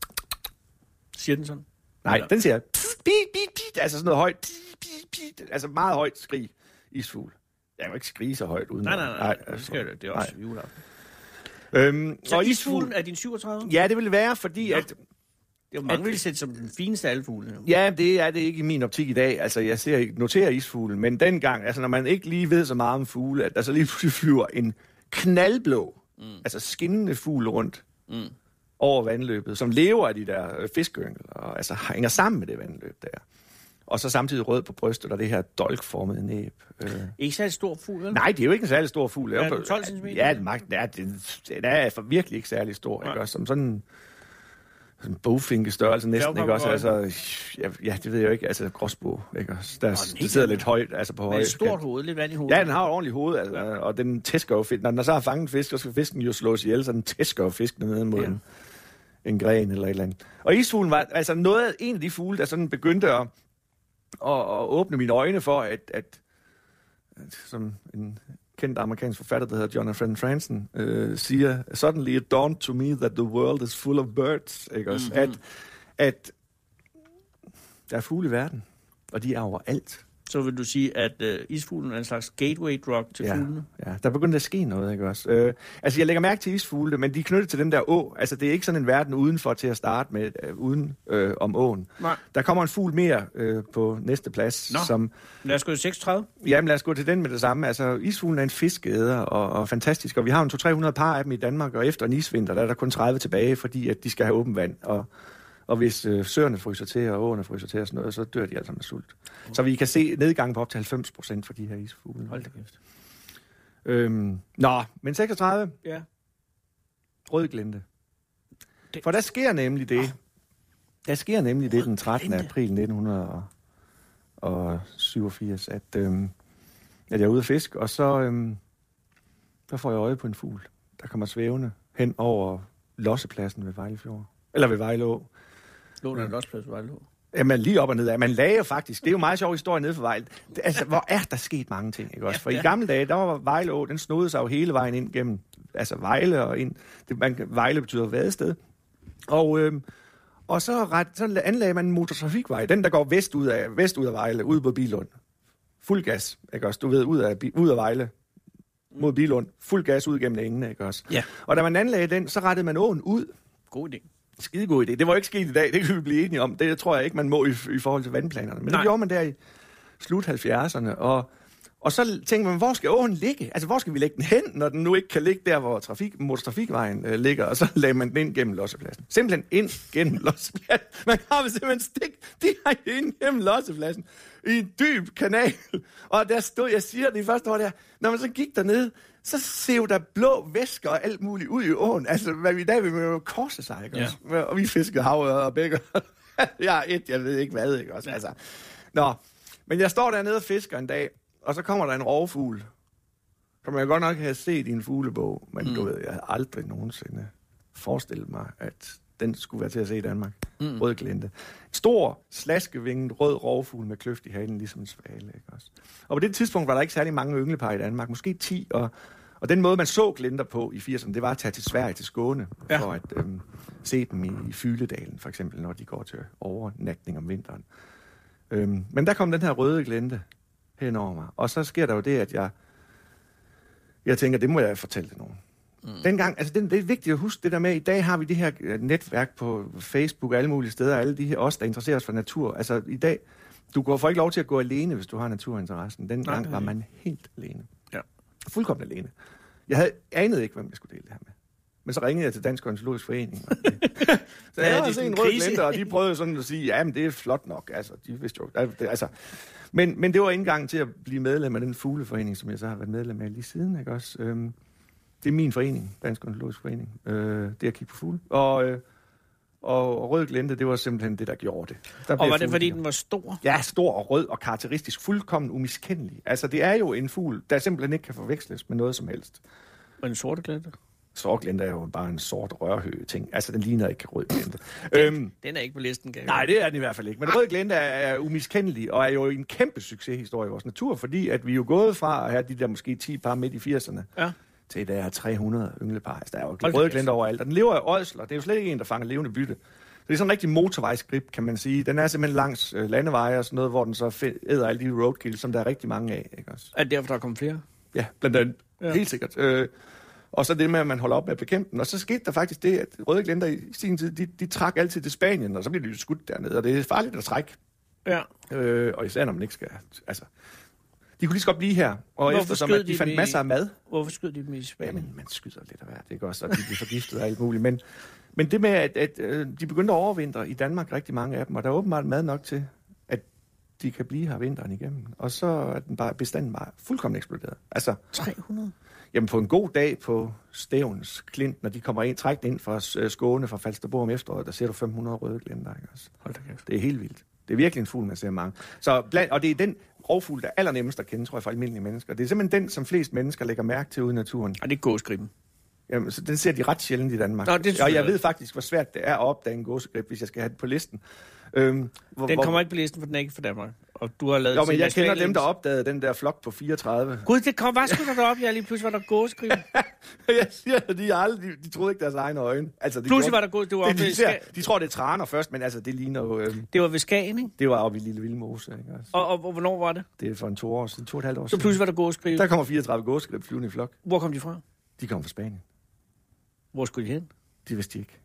Siger den sådan? Nej, ja. Den siger, pst, bit, bit, bit, altså sådan noget højt, pst, bit, bit, altså meget højt skrig, isfugl. Jeg kan jo ikke skrige så højt uden. Nej, nej, nej, nej, det skal det, det er også juleaften. Øhm, så og isfuglen er din syvogtredive? Ja, det vil være, fordi ja. at... Det er jo mange, vil sætte som den fineste alfugle. Ja, det er det ikke i min optik i dag. Altså, jeg ser ikke, noterer isfuglen, men dengang, altså når man ikke lige ved så meget om fugle, at der så lige pludselig flyver en knaldblå, mm. altså skinnende fugl rundt, mm. over vandløbet, som lever af de der fiskeyngel, og altså hænger sammen med det vandløb der. Og så samtidig rød på brystet, og det her dolkformede næb. Øh. Ikke særlig stor fugl, vel? Nej, det er jo ikke en særlig stor fugl. Er den tolv centimeter? Ja, den, ja, den, den er virkelig ikke særlig stor. Ikke? Også, som sådan sådan bogfinkestørrelse næsten, Ja, ikke også? hvor- Altså, ja, ja, det ved jeg jo ikke. Altså, gråsbog, ikke også? Der, den der helt sidder anden. lidt højt, altså på Med højde. et stort hoved, lidt vand i hovedet. Ja, den har et ordentligt hoved, altså, ja. Og den tæsker jo fisk. Når den så har fanget en fisk, så skal fisken jo slås ihjel, så den tæsker jo fisken ned mod ja. en, en gren eller et eller andet. Og isfuglen var altså noget, en af de fugle, der sådan begyndte at, at, at åbne mine øjne for, at, at, at som en kendt amerikansk forfatter, der hedder Jonathan Franzen, øh, siger, suddenly it dawned to me that the world is full of birds. Ikke også? Mm-hmm. At, at der er fugle i verden, og de er overalt. Så vil du sige, at uh, isfuglen er en slags gateway drug til ja, fuglene? Ja, der begynder at ske noget, ikke også? Øh, altså, jeg lægger mærke til isfugle, men de er knyttet til den der å. Altså, det er ikke sådan en verden udenfor til at starte med, øh, uden øh, om åen. Nej. Der kommer en fugl mere øh, på næste plads. Nå. Som, Lad os gå til seksogtredive. jamen, lad os gå til den med det samme. Altså, isfuglen er en fiskeæder og, og fantastisk, og vi har en to til tre hundrede par af dem i Danmark, og efter en isvinter, der er der kun tredive tilbage, fordi at de skal have åbent vand, og Og hvis øh, søerne fryser til, og åerne fryser til og sådan noget, så dør de altså med sult. Okay. Så vi kan se nedgang på op til halvfems procent for de her isfugle. Hold da kæft. Øhm, nå, men seksogtredive. Ja. Rødglente. Det... For der sker nemlig det. Der sker nemlig det den trettende april nitten syvogfirs, at, øhm, at jeg er ude at fiske, og så øhm, der får jeg øje på en fugl, der kommer svævende hen over lossepladsen ved Vejlefjord. Eller ved Vejlå. Lå der en losseplads ved Vejlå? Jamen lige op og ned af. Man lagde jo faktisk. Det er jo meget sjov historie nede for Vejle. Det, altså, hvor er der sket mange ting, ikke også? For ja, ja. I gamle dage, der var Vejlå, den snodede sig jo hele vejen ind gennem, altså Vejle og ind. Det, man, Vejle betyder vadested. Og, øhm, og så, ret, så anlagde man en motortrafikvej. Den, der går vest ud af, vest ud af Vejle, ud på Billund. Fuld gas, ikke også? Du ved, ud af, ud af Vejle mod Billund. Fuld gas ud gennem engene, ikke også? Ja. Og da man anlagde den, så rettede man åen ud. God idé. Skidegod idé. Det var ikke sket i dag, det kan vi blive enige om. Det tror jeg ikke, man må i, i forhold til vandplanerne. Men Nej. Det gjorde man der i slut halvfjerdserne. Og, og så tænkte man, hvor skal åen ligge? Altså, hvor skal vi lægge den hen, når den nu ikke kan ligge der, hvor trafik, motortrafikvejen øh, ligger? Og så lagde man den ind gennem lossepladsen. Simpelthen ind gennem lossepladsen. Man har simpelthen stik direkte ind gennem lossepladsen i en dyb kanal. Og der stod, jeg siger det i første år der, når man så gik dernede, så ser der blå væsker og alt muligt ud i åen. Altså, hvad vi i dag vil jo korse sig, ikke også? Ja. Og vi fiskede havet og bækker. Jeg er et, jeg ved ikke hvad, ikke også? Altså. Nå, men jeg står dernede og fisker en dag, og så kommer der en rovfugl, som jeg godt nok have set i en fuglebog, men mm. du ved, jeg havde aldrig nogensinde forestillet mig, at den skulle være til at se i Danmark. Mm. Rødglente. Stor, slaskevinget rød rovfugl med kløft i halen, ligesom en svale, ikke også? Og på det tidspunkt var der ikke særlig mange ynglepar i Danmark, måske ti, og, og den måde, man så glenter på i firserne, det var at tage til Sverige, til Skåne, ja. For at øhm, se dem i, i Fyledalen, for eksempel, når de går til overnatning om vinteren. Øhm, men der kom den her røde glente hen over mig, og så sker der jo det, at jeg, jeg tænker, det må jeg fortælle til nogen. Mm. Dengang, altså det, det er vigtigt at huske det der med, i dag har vi det her netværk på Facebook og alle mulige steder, alle de her os, der interesserer os for natur. Altså i dag, du går for ikke lov til at gå alene, hvis du har naturinteressen. Dengang Nej, var man helt alene. Ja. Fuldkommen alene. Jeg havde anede ikke, hvem jeg skulle dele det her med. Men så ringede jeg til Dansk Ornitologisk Forening. så jeg havde set en rød glente, og de prøvede sådan at sige, ja, men det er flot nok. Altså, de vidste jo, altså. Men, men det var indgangen til at blive medlem af den fugleforening, som jeg så har været medlem af lige siden, ikke også? Øhm, Det er min forening, Dansk Ornitologisk Forening. Øh, det er at kigge på fugle. Og, øh, og, og rød glente, det var simpelthen det, der gjorde det. Der og var det, fordi den var stor? Ja, stor og rød og karakteristisk. Fuldkommen umiskendelig. Altså, det er jo en fugl, der simpelthen ikke kan forveksles med noget som helst. Og en sorte glente? Sort glente er jo bare en sort rørhøge-ting. Altså, den ligner ikke rød glente. den, øhm, den er ikke på listen, kan jeg. Nej, det er den i hvert fald ikke. Men rød glente er, er umiskendelig, og er jo en kæmpe succeshistorie i vores natur, fordi at vi er jo gået fra at have de der måske ti par midt i firserne, ja. Til at der er tre hundrede ynglepar. Altså, der er jo røde glente overalt, og den lever af ådsler. Det er jo slet ikke en, der fanger levende bytte. Så det er sådan en rigtig motorvejsgrib, kan man sige. Den er simpelthen langs øh, landeveje og sådan noget, hvor den så æder alle de roadkill, som der er rigtig mange af. Ikke også? Er det derfor, der er kommet flere? Ja, blandt andet. Ja. Helt sikkert. Øh, og så det med, at man holder op med at bekæmpe den. Og så skete der faktisk det, at røde glenter i sin tid, de, de trak altid til Spanien, og så bliver de jo skudt dernede, og det er farligt at trække. Ja. Øh, og især når man ikke skal... Altså, de kunne lige så godt blive her, og Hvorfor eftersom at de, de fandt i, masser af mad. Hvorfor skød de dem i Spanien? Jamen, man skyder lidt af hvert, det er også, så de bliver forgiftet og alt muligt. Men, men det med, at, at, at de begyndte at overvintre i Danmark, rigtig mange af dem, og der er åbenbart mad nok til, at de kan blive her vinteren igennem. Og så er den bare, bestanden bare fuldkommen eksploderet. Altså, tre hundrede? Jamen på en god dag på Stævns Klint, når de kommer ind, trækt ind fra Skåne, fra Falsterbo om efteråret, der ser du fem hundrede røde glenter, ikke også? Hold da kæft. Det er helt vildt. Det er virkelig en fugl, man ser mange. Så blandt, og det er den rovfugl, der er allernemmest at kende, tror jeg, for almindelige mennesker. Det er simpelthen den, som flest mennesker lægger mærke til ude i naturen. Og det er gåsgribben. Jamen, så den ser de ret sjældent i Danmark. Nå, det og jeg ved faktisk, hvor svært det er at opdage en gåsegrib, hvis jeg skal have det på listen. Øhm, hvor, den kommer hvor... ikke på listen, for den er ikke for Danmark. Og du har lavet... Jo, men jeg kender dem, der opdagede den der flok på fireogtredive. Gud, det kom bare sgu der op, jeg lige pludselig var der gåsgrib. Jeg siger, at de, aldrig, de, de troede ikke deres egne øjne. Altså, de pludselig var der gås... Det var de, de, ser, de tror, det er traner først, men altså, det ligner jo... Øhm, det var ved Skagen, ikke? Det var oppe i Lille Vildmose, ikke? Altså. Og, og, og hvornår var det? Det er for en to år siden, to og et halvt år så siden. Så pludselig var der gåsgrib? Der kommer fireogtredive gåsgrib flyvende i flok. Hvor kom de fra? De kom fra Spanien. Hvor skulle de hen? Det vidste de ikke.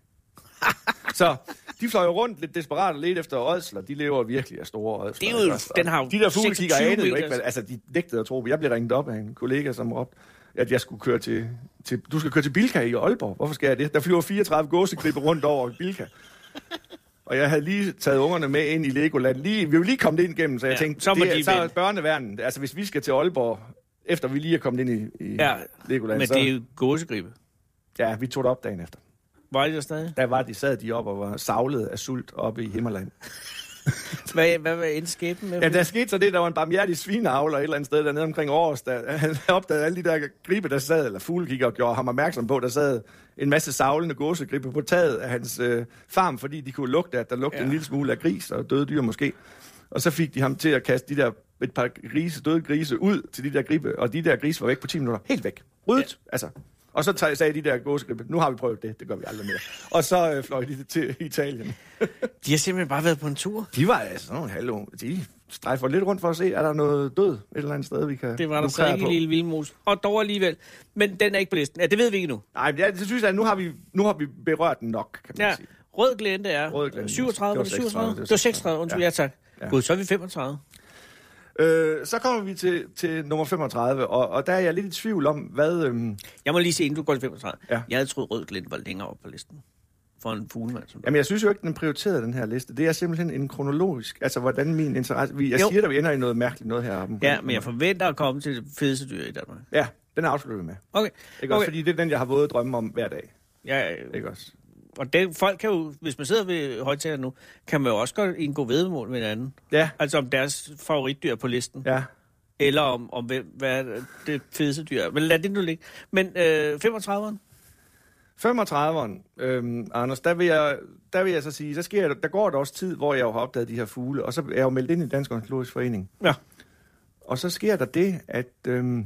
Så de fløj jo rundt lidt desperat og lidt efter ådsler. De lever virkelig af store ådsler. Det er jo, den har de der fugle kigger anede jo ikke, hvad, altså de nægtede at tro. Jeg blev ringet op af en kollega, som råbte, at jeg skulle køre til, til du skal køre til Bilka i Aalborg. Hvorfor skal jeg det? Der flyver fireogtredive gåsegribber rundt over Bilka. Og jeg havde lige taget ungerne med ind i Legoland. Lige, vi var lige kommet ind igennem, så jeg ja, tænkte, så, det, de så er børneværnen. Altså hvis vi skal til Aalborg, efter vi lige er kommet ind i, i ja, Legoland. Men så, det er jo gåsegribbe. Ja, vi tog det op dagen efter. Var de der stadig? Der var de, sad de op og var savlet af sult oppe i Himmerland. hvad, hvad var endte skæben med? Ja, der skete så det, der var en barmhjertig svineavler et eller andet sted dernede omkring Aarhus, der han opdagede alle de der gribe, der sad, eller fuglekigger, og gjorde ham opmærksom på, der sad en masse savlende gåsegribe på taget af hans øh, farm, fordi de kunne lugte, at der lugtede ja. en lille smule af gris og døde dyr måske. Og så fik de ham til at kaste de der, et par grise, døde grise ud til de der gribe, og de der grise var væk på ti minutter. Helt væk. Ryddet, ja. altså. Og så t- sagde de der gåsegribe, nu har vi prøvet det, det gør vi aldrig mere. Og så øh, fløj de til Italien. De har simpelthen bare været på en tur. De var altså sådan nogle halvunge. De strejfer lidt rundt for at se, er der noget død et eller andet sted, vi kan... Det var der så ikke i Lille Vildmose. Og dog alligevel. Men den er ikke på listen. Ja, det ved vi ikke nu. Nej, men jeg synes, at nu har vi, nu har vi berørt den nok, kan man ja. sige. Rød glente er Rød glente. syvogtredive, det var syvogtredive? Det var seksogtredive, undskyld, ja, ja tak. Ja. Gud, så er vi femogtredive. Øh, så kommer vi til, til nummer femogtredive, og, og der er jeg lidt i tvivl om, hvad... Øhm... Jeg må lige se, inden du går til femogtredive. Ja. Jeg havde troet, rød glente var længere op på listen. For en fuglemand. Som Jamen, jeg synes jo ikke, den prioriterede den her liste. Det er simpelthen en kronologisk... Altså, hvordan min interesse... Jeg jo. siger, at vi ender i noget mærkeligt noget heroppe. Ja, men jeg forventer at komme til fedeste dyr i Danmark. Ja, den afslutter vi med. Okay. Ikke okay. også, fordi det er den, jeg har våget drømme om hver dag. Ja, ikke også? Og det, folk kan jo, hvis man sidder ved højtaler nu, kan man jo også godt indgå væddemål med hinanden. Ja. Altså om deres favoritdyr på listen. Ja. Eller om, om hvem, hvad er det fedeste dyr. Men lad det nu ligge. Men øh, femogtrediveren? femogtrediveren, øhm, Anders, der vil, jeg, der vil jeg så sige, så sker der, der går der også tid, hvor jeg jo har opdaget de her fugle, og så er jeg jo meldt ind i Dansk Ornitologisk Forening. Ja. Og så sker der det, at, øhm,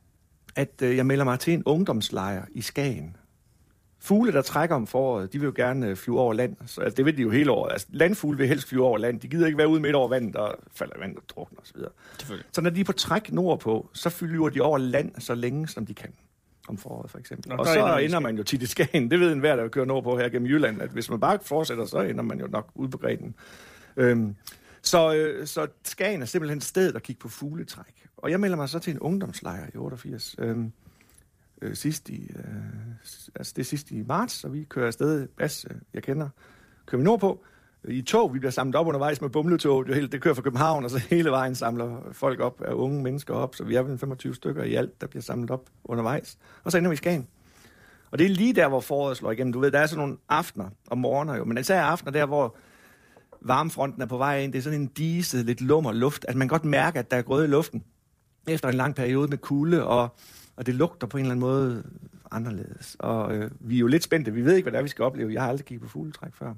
at øh, jeg melder mig til en ungdomslejr i Skagen. Fugle, der trækker om foråret, de vil jo gerne flyve over land. Så, altså, det vil de jo hele året. Altså, landfugle vil helst flyve over land. De gider ikke være ude midt over vandet, og falder i vandet og drukner osv. Så når de er på træk nordpå, så flyver de over land så længe, som de kan. Om foråret, for eksempel. Nå, og så ender man jo tit i Skagen. Det ved enhver, der kører nordpå her gennem Jylland, at hvis man bare fortsætter, så ender man jo nok ude på Grenen. Øhm, så, øh, så Skagen er simpelthen et sted at kigge på fugletræk. Og jeg melder mig så til en ungdomslejr i otteogfirs. Øhm, øh, sidst i, øh, altså det er sidst i marts, og vi kører afsted. Bas, øh, jeg kender, kører vi nordpå. I tog, vi bliver samlet op undervejs med bumletog. Det, hele, det kører fra København, og så hele vejen samler folk op, af unge mennesker op. Så vi er vel femogtyve stykker i alt, der bliver samlet op undervejs. Og så ender vi i Skagen. Og det er lige der, hvor foråret slår igennem. Du ved, der er sådan nogle aftener og morgener jo. Men altså er aftener der, hvor varmefronten er på vej ind. Det er sådan en diset, lidt lummer luft. At man godt mærker, at der er grøde i luften. Efter en lang periode med kulde, og, og det lugter på en eller anden måde anderledes. Og øh, vi er jo lidt spændte. Vi ved ikke, hvad det er, vi skal opleve. Jeg har aldrig kigget på fugletræk før.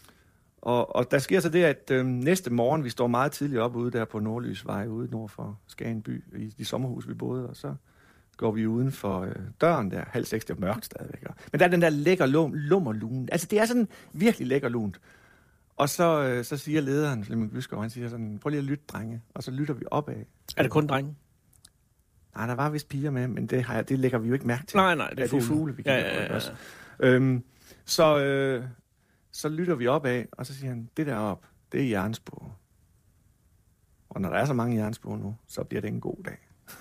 Og, og der sker så det, at øh, næste morgen, vi står meget tidligt op ude der på Nordlysvej, ude nord for Skagen by, i de sommerhus, vi boede, og så går vi uden for øh, døren der, halv seks, det er mørkt stadigvæk. Men der er den der lækker lum, lummerlun. Altså, det er sådan virkelig lækker lunt. Og så, øh, så siger lederen, Flemming Byskov, han siger sådan, prøv lige at lytte, drenge. Og så lytter vi opad. Er det kun drenge? Nej, der var vist piger med, men det, har jeg, det lægger vi jo ikke mærke til. Nej, nej, det er, ja, fugle. det er fugle, vi ja, kigger ja, ja, på også. Øhm, så... Øh, Så lytter vi op af, og så siger han, det der op, det er jernspor. Og når der er så mange jernspor nu, så bliver det en god dag.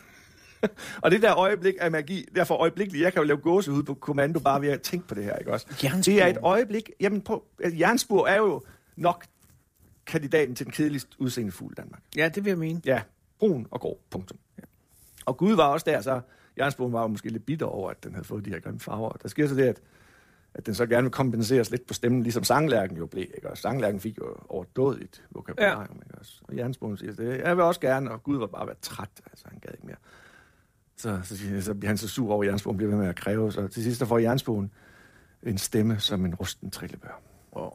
Og det der øjeblik af magi, derfor øjeblikkeligt, jeg kan jo lave gåsehud på kommando bare ved at tænke på det her, ikke også? Jernspor. Det er et øjeblik, jamen på, jernspor er jo nok kandidaten til den kedeligst udseende fugl i Danmark. Ja, det vil jeg mene. Ja, brun og grå, punktum. Ja. Og Gud var også der, så jernspuen var jo måske lidt bitter over, at den havde fået de her grimme farver. Der sker så det, at, at den så gerne vil kompenseres lidt på stemmen, ligesom sanglærken jo blev. Ikke? Og sanglærken fik jo overdådigt vokabularium. Ja. Og jernspuen siger det. Jeg vil også gerne, og Gud var bare været træt. Altså, han gad ikke mere. Så, så, så, så bliver han så sur over, at jernspuen bliver ved med at kræve. Så til sidst der får jernspuen en stemme som en rusten trillebør. Wow.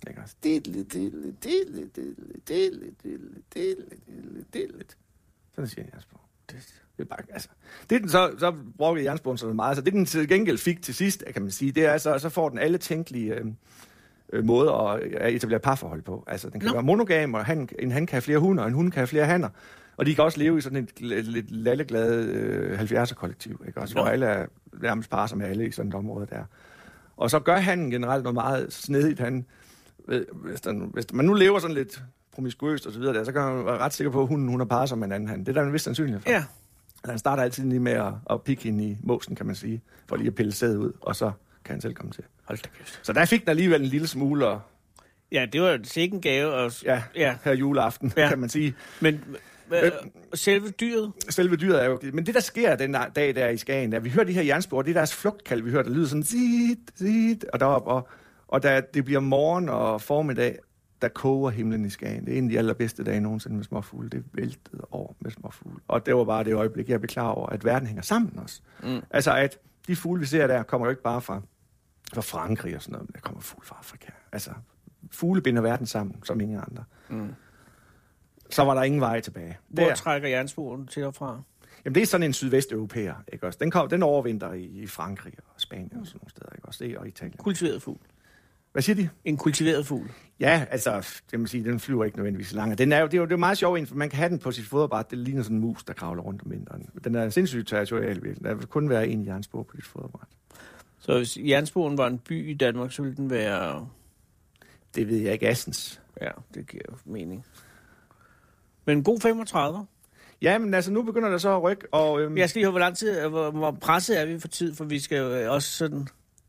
Sådan siger jernspuen. Det er bare, altså. Det den så, så bruger jernspuen så meget. Så det den til gengæld fik til sidst, kan man sige, det er så, så får den alle tænkelige øh, måder at etablere parforhold på. Altså, den kan no. være monogam, og han, en han kan have flere hunder, og en hund kan have flere hanner. Og de kan også leve i sådan et lidt lalleglade øh, halvfjerdser-kollektiv, ikke? Også, no. hvor alle er nærmest par som alle i sådan et område der. Og så gør han generelt noget meget snedigt. Han, hvis, den, hvis man nu lever sådan lidt promiskuøst og så videre der, så kan man være ret sikker på, at hunden hun er par som en anden han. Det er der en vis sandsynlighed for. Ja. Altså, han starter altid lige med at, at pikke hende i måsen, kan man sige, for lige at pille sædet ud, og så kan han selv komme til. Hold da kæft. Så der fik den alligevel en lille smule. Og, ja, det var sikke en gave. Og, ja, ja, her juleaften, ja. kan man sige. Men øh, selve dyret? Selve dyret er jo... Men det, der sker den dag der i Skagen, der, vi hører de her jernspor, det er deres flugtkald, vi hører, der lyder sådan... Zit, zit, og deroppe, og, og da det bliver morgen og formiddag, der koger himlen i Skagen. Det er en af de allerbedste dage nogensinde med småfugle. Det væltede over med småfugle. Og det var bare det øjeblik, jeg blev klar over, at verden hænger sammen også. Mm. Altså, at de fugle, vi ser der, kommer jo ikke bare fra, fra Frankrig og sådan noget, men der kommer fugle fra Afrika. Altså, fugle binder verden sammen, som ingen andre. Mm. Så var der ingen vej tilbage. Hvor der trækker jernsporen til og fra? Jamen, det er sådan en sydvesteuropæer, ikke også? Den, kom, den overvinter i, i Frankrig og Spanien mm. og sådan nogle steder, ikke også? Det og Italien. Kultiveret fugl. Hvad siger de? En kultiveret fugl. Ja, altså, det må sige, den flyver ikke nødvendigvis langt. Den er jo, det er jo det er meget sjovt, for man kan have den på sit foderbræt. Det ligner sådan en mus, der kravler rundt om vinteren. Den er sindssygt territorial, virkelig. Der vil kun være en jernspor på dit foderbræt. Så hvis jernsporen var en by i Danmark, så ville den være... Det ved jeg ikke, Assens. Ja, det giver jo mening. Men en god femogtredive. Ja, men altså, nu begynder der så at rykke, og... Øhm... Jeg skal lige høre, hvor lang tid, hvor, hvor presset er vi for tid, for vi skal jo også sådan...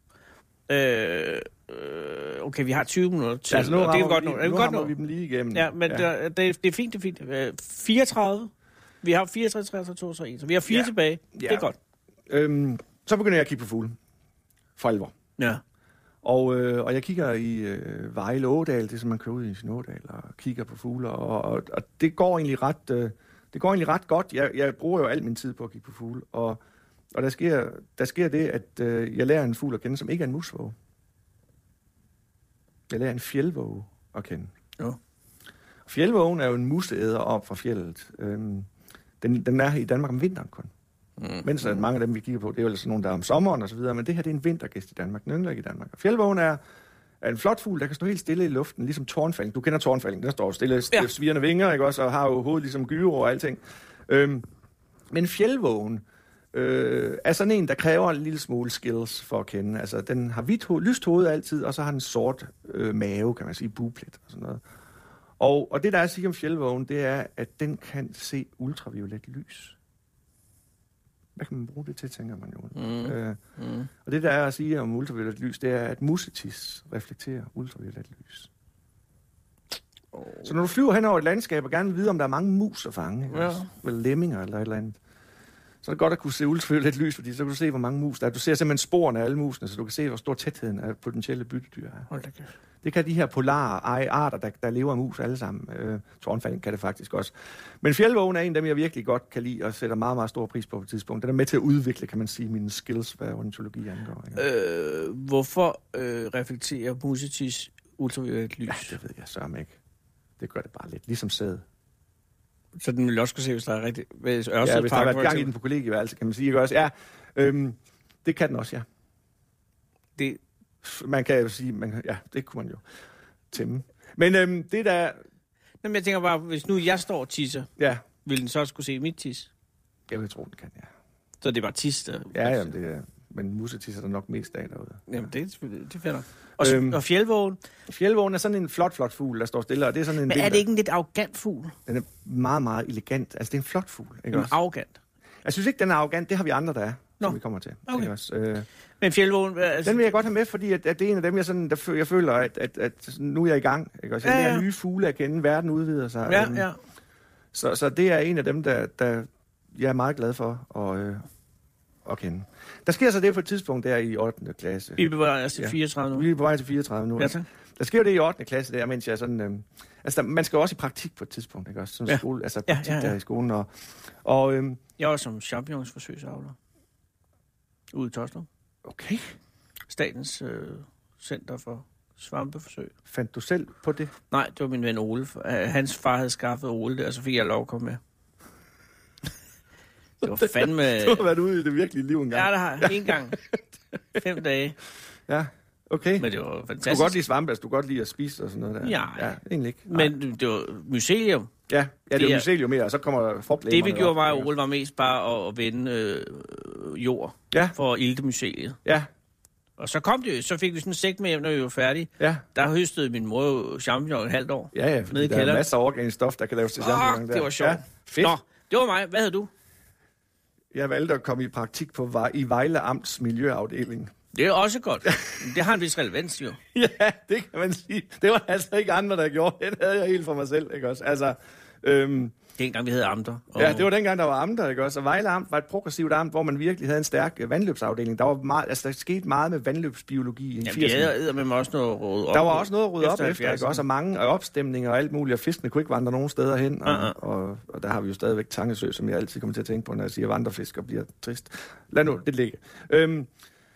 Øh, øh, okay, vi har tyve minutter til, altså, nu og det er godt nu. Nu, nu godt nu. vi dem lige igennem. Ja, men ja. Det, det, det er fint, det er fint. Øh, fireogtredive. Vi har fireogtres, treogtres, toogtres, en. Så vi har fire ja. tilbage. Ja. Det er godt. Øhm, så begynder jeg at kigge på fugle. For alvor. Ja. Og, øh, og jeg kigger i øh, Vejle Ådal, det som man kører ud i sin ådal, og kigger på fugle, og, og, og det går egentlig ret, øh, det går egentlig ret godt. Jeg, jeg bruger jo al min tid på at kigge på fugle, og, og der, sker, der sker det, at øh, jeg lærer en fugl at kende, som ikke er en musvåge. Jeg lærer en fjeldvåge at kende. Ja. Fjeldvågen er jo en museæder op fra fjeldet. Øhm, den, den er i Danmark om vinteren kun. Mm. Mens at mange af dem, vi kigger på, det er jo altså nogle, der er om sommeren og så videre, men det her, det er en vintergæst i Danmark. Den yngler ikke i Danmark. Og fjeldvågen er, er en flot fugl, der kan stå helt stille i luften, ligesom tårnfalken. Du kender tårnfalken, den står stille, ja. Svirrende vinger, ikke også, og har jo hovedet ligesom gyro og alting. Øhm, men fjeldvågen øh, er sådan en, der kræver en lille smule skills for at kende. Altså, den har hvidt hoved, lyst hoved altid, og så har den sort øh, mave, kan man sige, bugplet og sådan noget. Og, og det, der er at sige om fjeldvågen, det er, at den kan se ultraviolet lys. Hvad kan man bruge det til, tænker man jo. Mm. Øh, mm. Og det, der er at sige om ultraviolet lys, det er, at musetis reflekterer ultraviolet lys. Oh. Så når du flyver hen over et landskab og gerne vil vide, om der er mange mus at fange, ja. Eller lemminger eller et eller andet, så er det godt at kunne se ultraviolet lys, fordi så kan du se, hvor mange mus der er. Du ser simpelthen sporene af alle musene, så du kan se, hvor stor tætheden af potentielle byttedyr er. Hold da kæft. Det kan de her polare arter, der, der lever af mus alle sammen. Øh, Tårnfalken kan det faktisk også. Men fjeldvågen er en af dem, jeg virkelig godt kan lide og sætter meget, meget stor pris på på et tidspunkt. Den er med til at udvikle, kan man sige, mine skills, hvad ornitologi angår. Øh, hvorfor øh, reflekterer musetis ultraviolet lys? Ja, det ved jeg sørme ikke. Det gør det bare lidt, ligesom sæd. Så den vil også kunne se, hvis der er rigtig... Hvis ja, hvis der har været gang i den på kollegieværelse, kan man sige, ikke også? Ja, øhm, det kan den også, ja. Det... Man kan jo sige, man kan, ja, det kunne man jo tæmme. Men øhm, det der... Jamen, jeg tænker bare, hvis nu jeg står og tisser, ja. Vil den så også kunne se mit tis? Jeg vil tro, den kan, ja. Så det er bare tis, der... Ja, jamen, det er... Men musetis er der nok mest af derude. Jamen, det er selvfølgelig... Det er fedt. Og, øhm, og fjeldvågen? Fjeldvågen er sådan en flot, flot fugl, der står stille, og det er sådan en... Men er det ikke en lidt arrogant fugl? Den er meget, meget elegant. Altså, det er en flot fugl, ikke også? Arrogant? Jeg synes ikke, den er arrogant. Det har vi andre, der er, Nå. som vi kommer til. Okay. Også, øh... Men fjeldvågen... Altså... Den vil jeg godt have med, fordi at, at det er en af dem, jeg, sådan, der, jeg føler, at, at, at nu er jeg i gang. Ikke også? Jeg lærer ja, ja. nye fugle at kende. Verden udvider sig. Ja, øhm, ja. Så, så det er en af dem, der, der jeg er meget glad for at, øh, at kende. Der sker så det på et tidspunkt der i ottende klasse. Vi bevæger os til fireogtredive nu. Vi er på vej til fireogtredive nu. Ja, tak. Der sker jo det i ottende klasse der, mens jeg sådan... Øh, altså, der, man skal jo også i praktik på et tidspunkt, ikke også? Sådan Ja. skole, altså Ja, praktik ja, ja. der i skolen. Og, og øh, Jeg var som champignonsforsøgsavler ude i Toslev. okay, Statens øh, Center for Svampeforsøg. fandt du selv på det? Nej, det var min ven Ole. Øh, Hans far havde skaffet Ole der, og så fik jeg lov at komme med. Det var fandme... Du har været ude i det virkelige liv engang. Ja, det har jeg. En gang. Fem dage. Ja, okay. Men det var Du fantastisk. kan godt lide svampe, altså du kan godt lide at spise og sådan noget der. Ja. Ja, egentlig ikke. Nej. Men det var mycelium. Ja, ja det, det er er- mycelium mere, og så kommer frugtlægerne. Det vi gjorde mig op, og ikke Ole var mest bare at, at vende øh, jord Ja. for at ilte myceliet. Ja, Og så kom det, så fik vi sådan en sæk med hjem, når vi var færdige. ja. Der høstede min mor jo champignon et halvt år. Ja, ja, Nede fordi i der er kælderen. masser af organisk stof, der kan laves til Åh, champignon der. det var sjovt. Ja, fedt. Nå, det var mig. Hvad havde du? Jeg valgte at komme i praktik på Vej- i Vejle Amts miljøafdeling. Det er også godt. Det har en vis relevans jo. Ja, det kan man sige. Det var altså ikke andre, der gjorde. Det havde jeg helt for mig selv, ikke også? Altså, øhm, Dengang vi havde amter. Og ja, det var dengang, der var amter, ikke også? Og Vejle Amt var et progressivt amt, hvor man virkelig havde en stærk øh, vandløbsafdeling. Der var meget, altså, der skete meget med vandløbsbiologi i Jamen, de firserne. havde med mig også noget råd op. Der var også noget at rydde op efter efter, ikke halvfjerdserne. også? Og mange af opstemninger og alt muligt, og fiskene kunne ikke vandre nogen steder hen. Og, Uh-uh. og, og der har vi jo stadigvæk Tangesø, som jeg altid kommer til at tænke på, når jeg siger vandrefisk og bliver trist. Lad nu det ligge. Øhm,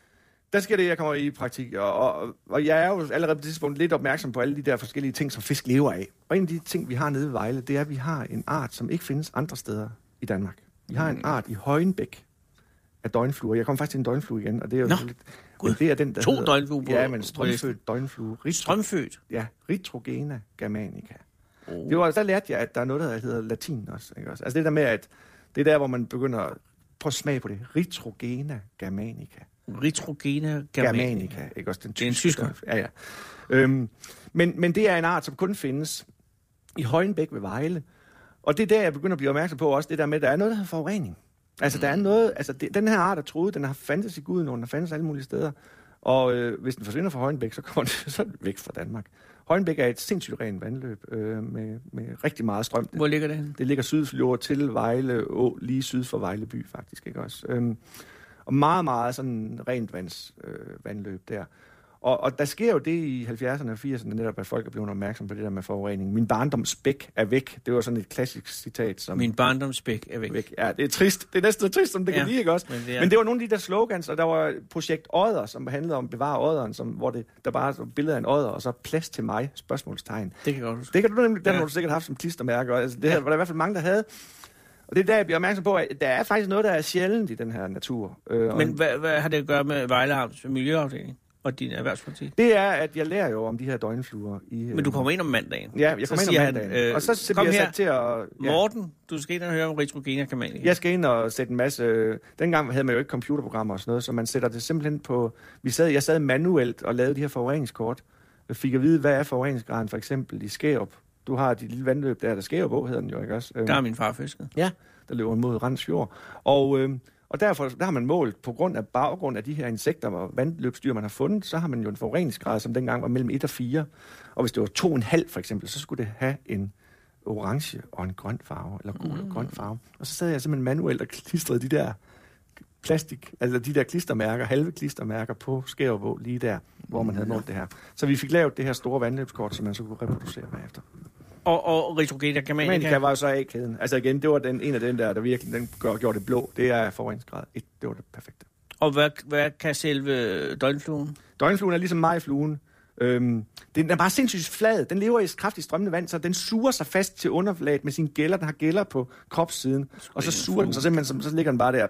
der sker det, jeg kommer i praktik, og, og, og jeg er jo allerede på det tidspunkt lidt opmærksom på alle de der forskellige ting, som fisk lever af. Og en af de ting, vi har nede i Vejle, det er, at vi har en art, som ikke findes andre steder i Danmark. Vi har en art i Højenbæk af døgnfluer. Jeg kommer faktisk til en døgnflue igen, og det er jo Nå, lidt... Gud. Det er den, der To hedder, døgnfluer på- Ja, men på strømfødt døgnflue. Rit- Strømfødt. Ja, Ritrogena germanica. Oh. Det var, der lærte jeg, at der er noget, der hedder latin også. Ikke også? Altså det der med, at det er der, hvor man begynder at prøve at smage på det. Ritrogena germanica. Ritrogena germanica. Germanica, ikke også? Den Det er en tyske tysker. stof. Ja, ja. Øhm, men, men det er en art, som kun findes i Højenbæk ved Vejle. Og det er der, jeg begynder at blive opmærksom på også, det der med, at der er noget, der hedder forurening. Altså, der er noget, altså, det, den her art er troet, den har fandtes i Gudenåen, den har fandtes alle mulige steder. Og øh, hvis den forsvinder fra Højenbæk, så kommer den så er den væk fra Danmark. Højenbæk er et sindssygt rent vandløb øh, med, med rigtig meget strøm. Hvor ligger det henne? Det ligger sydfjord til Vejle Å, lige syd for Vejle by faktisk, ikke også? Øhm, og meget, meget sådan rent vands, øh, vandløb der. Og, og der sker jo det i halvfjerdserne og firserne netop, at folk er blevet opmærksom på det der med forurening. Min barndoms bæk er væk. Det var sådan et klassisk citat. Som Min barndomsbæk er væk. væk. Ja, det er trist. Det er næsten så trist, som det Ja, kan blive, ikke også? men Men det det, er- men det var nogle af de der slogans, og der var projekt Odder, som handlede om at bevare odderen, som, hvor det, der bare er billeder af en odder, og så plads til mig, spørgsmålstegn. Det kan jeg godt huske. Det kan du nemlig, den Ja. har du sikkert haft som klistermærke, og altså, det her, var der i hvert fald mange, der havde. Og det er der, jeg bliver opmærksom på, at der er faktisk noget, der er sjældent i den her natur. Øh, og Men hvad, hvad har det at gøre med Vejle Amts miljøafdeling og din erhvervspolitik? det er, at jeg lærer jo om de her døgnfluer. I, Men du kommer ind om mandagen. Ja, jeg Så kommer ind siger om han, mandagen. øh, og så kom bliver jeg her. sat til at... Ja, Morten, du skal ind og høre om Ritrogena germanica. jeg skal ind og sætte en masse... Dengang havde man jo ikke computerprogrammer og sådan noget, så man sætter det simpelthen på... Vi sad, jeg sad manuelt og lavede de her forureningskort. Jeg fik at vide, hvad er forureningsgraden for eksempel i Skærup. Du har de lille vandløb der, der Skærup Å hedder den jo, ikke også? Der er min far fisket. Ja, der løber mod Randers Fjord. Og, øh, og derfor der har man målt, på grund af baggrund af de her insekter og vandløbsdyr, man har fundet, så har man jo en forureningsgrad, som dengang var mellem et og fire. Og hvis det var to komma fem for eksempel, så skulle det have en orange og en grøn farve, eller gul og grøn farve. Og så sad jeg simpelthen manuelt og klistrede de der plastik, altså de der klistermærker, halve klistermærker på Skærup Å, lige der, hvor man havde målt det her. Så vi fik lavet det her store vandløbskort, som man så kunne reproducere bagefter. Og, og Ritrogena germanica. Men der var jo så A-kæden. Altså igen, det var den, en af den der, der virkelig den gør, gjorde det blå. Det er forureningsgrad et. Det var det perfekte. Og hvad, hvad kan selve døgnfluen? Døgnfluen er ligesom majfluen. Øhm, den er bare sindssygt flad. Den lever i kraftigt strømmende vand, så den suger sig fast til underflaget med sine gælder. Den har gælder på kropssiden. Og så suger den sig simpelthen, så ligger den bare der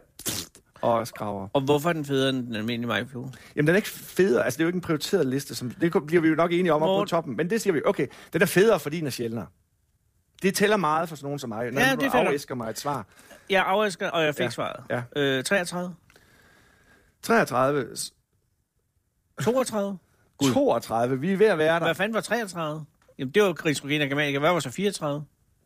og skraver. Og hvorfor er den federe end den almindelige majflue? Jamen, den er ikke federe. Altså, det er jo ikke en prioriteret liste. Som, det bliver vi jo nok enige om op på toppen. Men det siger vi, okay, den er federe, fordi den er sjældnere. Det tæller meget for sådan nogen som mig, når Ja, ja, det du er afæsker mig et svar. Jeg afæsker, og jeg fik Ja, svaret. ja. Øh, treogtredive? treogtredive, toogtredive? Gud. toogtredive, vi er ved at være der. Hvad fanden var treogtredive? Jamen, det var Ritrogena germanica. Hvad var så fireogtredive?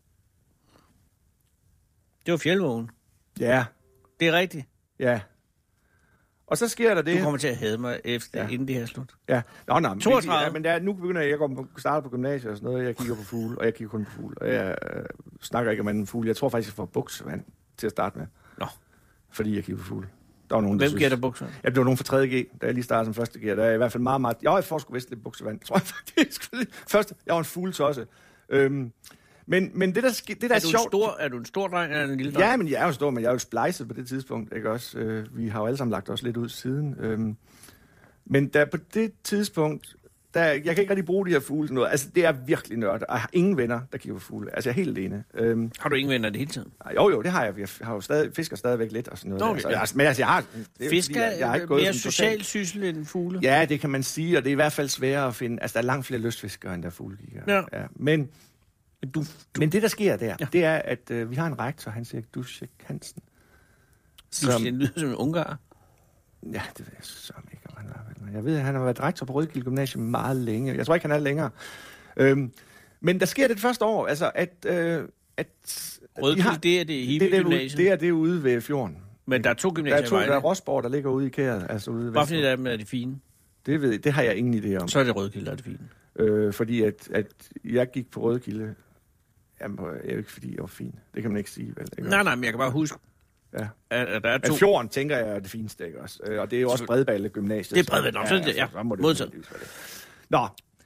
Det var fjeldvågen. Ja, Det er rigtigt. ja. Og så sker der det. Du kommer til at hade mig efter, Ja. ja. inden det her er slut. Ja, nå, nå, men, toogtredive. Ja, men der, nu begynder jeg, jeg går på, starter på gymnasiet og sådan noget, jeg kigger på fugle, og jeg kigger kun på fugle, og jeg øh, snakker ikke om anden fugle. Jeg tror faktisk, jeg får buksevand til at starte med. Nå. Fordi jeg kigger på fugle. Der var nogen, der Hvem synes, giver dig bukser? Ja, det var nogen fra tredje G, da jeg lige startede som første G. Der er i hvert fald meget, meget... Jeg får sgu vist lidt buksevand, tror jeg faktisk. Først, jeg var en fugletosse. Øhm, men, men det, der, sk- det der er, Er du, en sjovt... stor, er du en stor dreng eller en lille dreng? Ja, men jeg er jo stor, men jeg er jo splejset på det tidspunkt, ikke også? Øh, vi har jo alle sammen lagt os lidt ud siden. Øhm, men der på det tidspunkt... Der, jeg kan ikke rigtig bruge de her fugle til noget. Altså, det er virkelig nørdet. Jeg har ingen venner, der kigger på fugle. Altså, jeg er helt alene. Øhm, Har du ingen venner det hele tiden? jo, jo, det har jeg. Jeg har jo stadig, fisker stadigvæk lidt og sådan noget. Nå, altså, ja. altså, men altså, jeg har... Det er jo Fisker fordi, jeg, jeg har ikke er gået mere som social syssel end fugle? Ja, det kan man sige, og det er i hvert fald sværere at finde. Altså, der er langt flere lystfiskere, end der er fuglekigger. Ja. Ja. Men, Du, du, men det, der sker der, Ja. ja. det er, at øh, vi har en rektor, Hans Erik Duschek Hansen. du det lyder som en ungar. Ja, det ved jeg så ikke, om han var. Men jeg ved, at han har været rektor på Rødkilde Gymnasium meget længe. Jeg tror ikke, han er længere. Øhm, men der sker det første år, altså, at... Øh, at Rødkilde, har, det er det det, hippe det, er ude, gymnasium. det er det ude ved fjorden. Men der er to Der gymnasier er to, i der er Vejle. Rosborg, der ligger ude i kæret, altså ude ved Hvorfor af dem er de fine? Det ved jeg, det har jeg ingen idé om. Så er det Rødkilde, der er det fine. Øh, fordi at, at jeg gik på Rødkilde, jamen, jeg er jo ikke fordi jeg var fin. Det kan man ikke sige, vel? Ikke? Nej, nej, men jeg kan bare huske, Ja. at, at der er to... Men fjorden, tænker jeg, er det fineste, ikke også? Øh, Og det er jo også Bredballe Gymnasiet. Det er Bredballe, nå, så er det- ja, så må det modtaget. jo være det. Nå.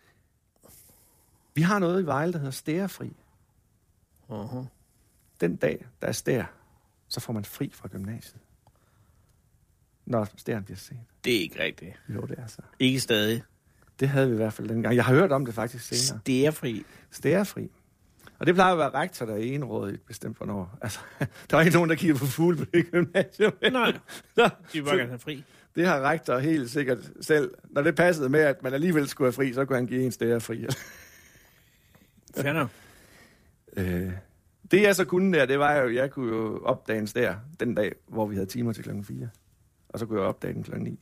Vi har noget i Vejle, der hedder stærefri. Uh-huh. Den dag, der er stær, så får man fri fra gymnasiet. Når stæren bliver set. Det er ikke rigtigt. Jo, det er så. Ikke stadig. Det havde vi i hvert fald dengang. Jeg har hørt om det faktisk senere. Stærefri. Stærefri. Og det plejer at være rektor, der er enrådet i et bestemt hvornår. Altså, der er ikke nogen, der kigger på fugle på det gymnasium. Nej, Så, de vil bare gerne have fri. det har rektor helt sikkert selv. Når det passede med, at man alligevel skulle have fri, så kunne han give en stærefri. Fair nok. øh, det jeg så kunne der, det var jo, jeg kunne jo opdage en stær den dag, hvor vi havde timer til klokken fire. Og så kunne jeg opdage den klokken ni.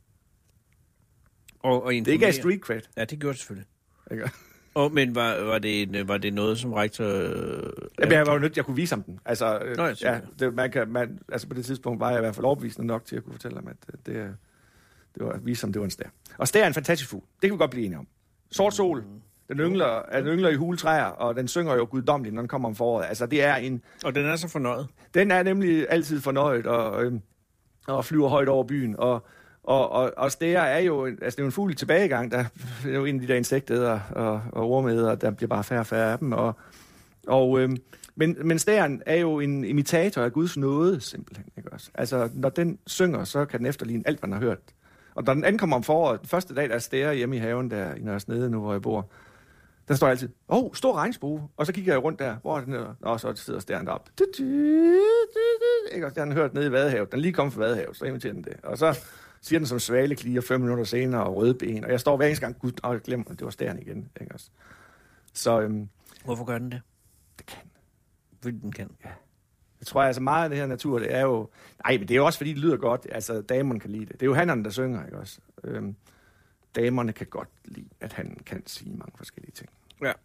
Og, og Det er ikke af street cred. Ja, det gjorde det selvfølgelig. Ikke? Og, men var, var, det en, var det noget, som rektor... Øh, Jamen, jeg var jo nødt til at kunne vise ham den. Altså, øh, Nå, jeg siger ja, det, man kan, man, altså på det tidspunkt var jeg i hvert fald overbevisende nok til at kunne fortælle ham, at øh, det, det var at vise ham, det var en stær. Og stær er en fantastisk fugl. Det kan vi godt blive enige om. Sort sol, den yngler, den yngler i huletræer, og den synger jo guddommeligt, når den kommer om foråret. Altså, det er en... Og den er så fornøjet. Den er nemlig altid fornøjet og, øh, og flyver højt over byen. Og, og, og, og stære er jo, en, altså det er jo en fugl i tilbagegang. Der er jo en af de der insektæder og, og ormæder, der bliver bare færre og færre af dem. Og, og, øh, men, men stæren er jo en imitator af Guds nåde, simpelthen. Ikke også? Altså, når den synger, så kan den efterligne alt, hvad den har hørt. Og når den ankommer om foråret, den første dag, der er stære hjemme i haven, der i Nørresnede nu, hvor jeg bor, der står altid, åh, oh, stor regnspue. Og så kigger jeg rundt der, hvor er den der? Og så sidder stæren deroppe. Ikke også? Den har hørt nede i Vadehavet. Den er lige kommet fra Vadehavet, så inviterer den det. Og så siger den som svaleklier fem minutter senere og røde ben. Og jeg står hver eneste gang, gud, og jeg glemmer, det var stæren igen. Ikke også? Så øhm, Hvorfor gør den det? det kan. Fordi den kan. Ja. Jeg tror altså meget af det her natur, det er jo... Nej, men det er jo også, fordi det lyder godt. Altså, damerne kan lide det. Det er jo hannerne, der synger, ikke også? Øhm, damerne kan godt lide, at han kan sige mange forskellige ting. Ja. Ja.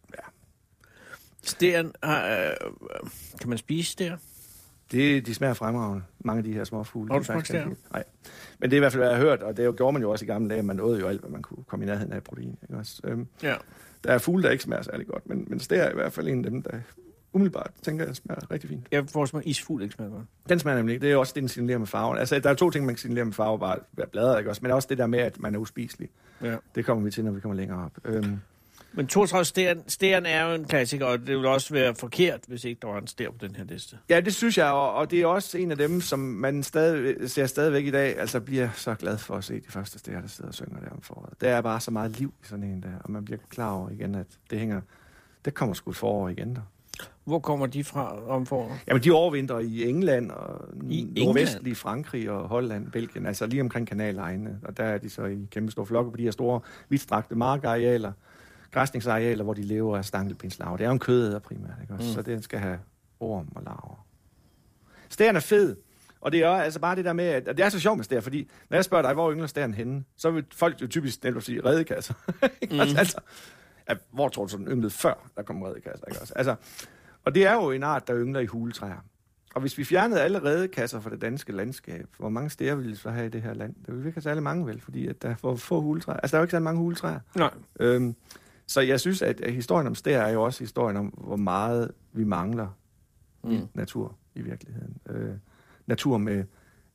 Stæren, øh, kan man spise stær? Det, de smager fremragende, mange af de her små fugle. Har du de faktisk smagt kan lide. Nej. Men det er i hvert fald, hvad jeg har hørt, og det gjorde man jo også i gamle dage. Man nåede jo alt, hvad man kunne komme i nærheden af protein. Ikke også? Øhm, Ja. der er fugle, der ikke smager særlig godt, men, men stær er i hvert fald en af dem, der umiddelbart tænker jeg smager rigtig fint. Jeg får mig isfugl ikke smager godt. Den smager nemlig ikke. Det er også det, den signalerer med farven. Altså, der er to ting, man kan signalere med farve, bare være bladret, ikke også? Men også det der med, at man er uspiselig. Ja. Det kommer vi til, når vi kommer længere op. Øhm, Men toogtredive stæren, stæren er jo en klassiker, og det ville også være forkert, hvis ikke der var en stær på den her liste. ja, det synes jeg, og, og det er også en af dem, som man stadig, ser stadigvæk i dag, altså bliver så glad for at se de første stære, der sidder og synger der om foråret. Der er bare så meget liv i sådan en der, og man bliver klar over igen, at det hænger, det kommer sgu et forår igen der. Hvor kommer de fra om foråret? Jamen, de overvintrer i England og I nordvestlige Frankrig og Holland, Belgien, altså lige omkring kanalegne. Og der er de så i kæmpe store flokke på de her store, vidtstrakte markarealer, græsningsarealer, hvor de lever af stankelpindslaver. Det er jo en kødæder primært, ikke også? Mm. Så den skal have orm og larver. Stæren er fed, og det er altså bare det der med, at det er så sjovt med stær, fordi når jeg spørger dig, hvor yngler stæren henne, så vil folk jo typisk netop sige redekasser. mm. altså, at, hvor tror du så den ynglede før, der kom redekasser, ikke også? Altså, og det er jo en art, der yngler i huletræer. Og hvis vi fjernede alle redekasser fra det danske landskab, hvor mange stære ville vi så have i det her land? Det ville ikke særlig mange vel, fordi at der er for få huletræer. Altså, der er jo ikke så mange huletræer. Nej. Øhm, så jeg synes, at, at historien om stær er jo også historien om, hvor meget vi mangler mm. i natur i virkeligheden. Øh, natur med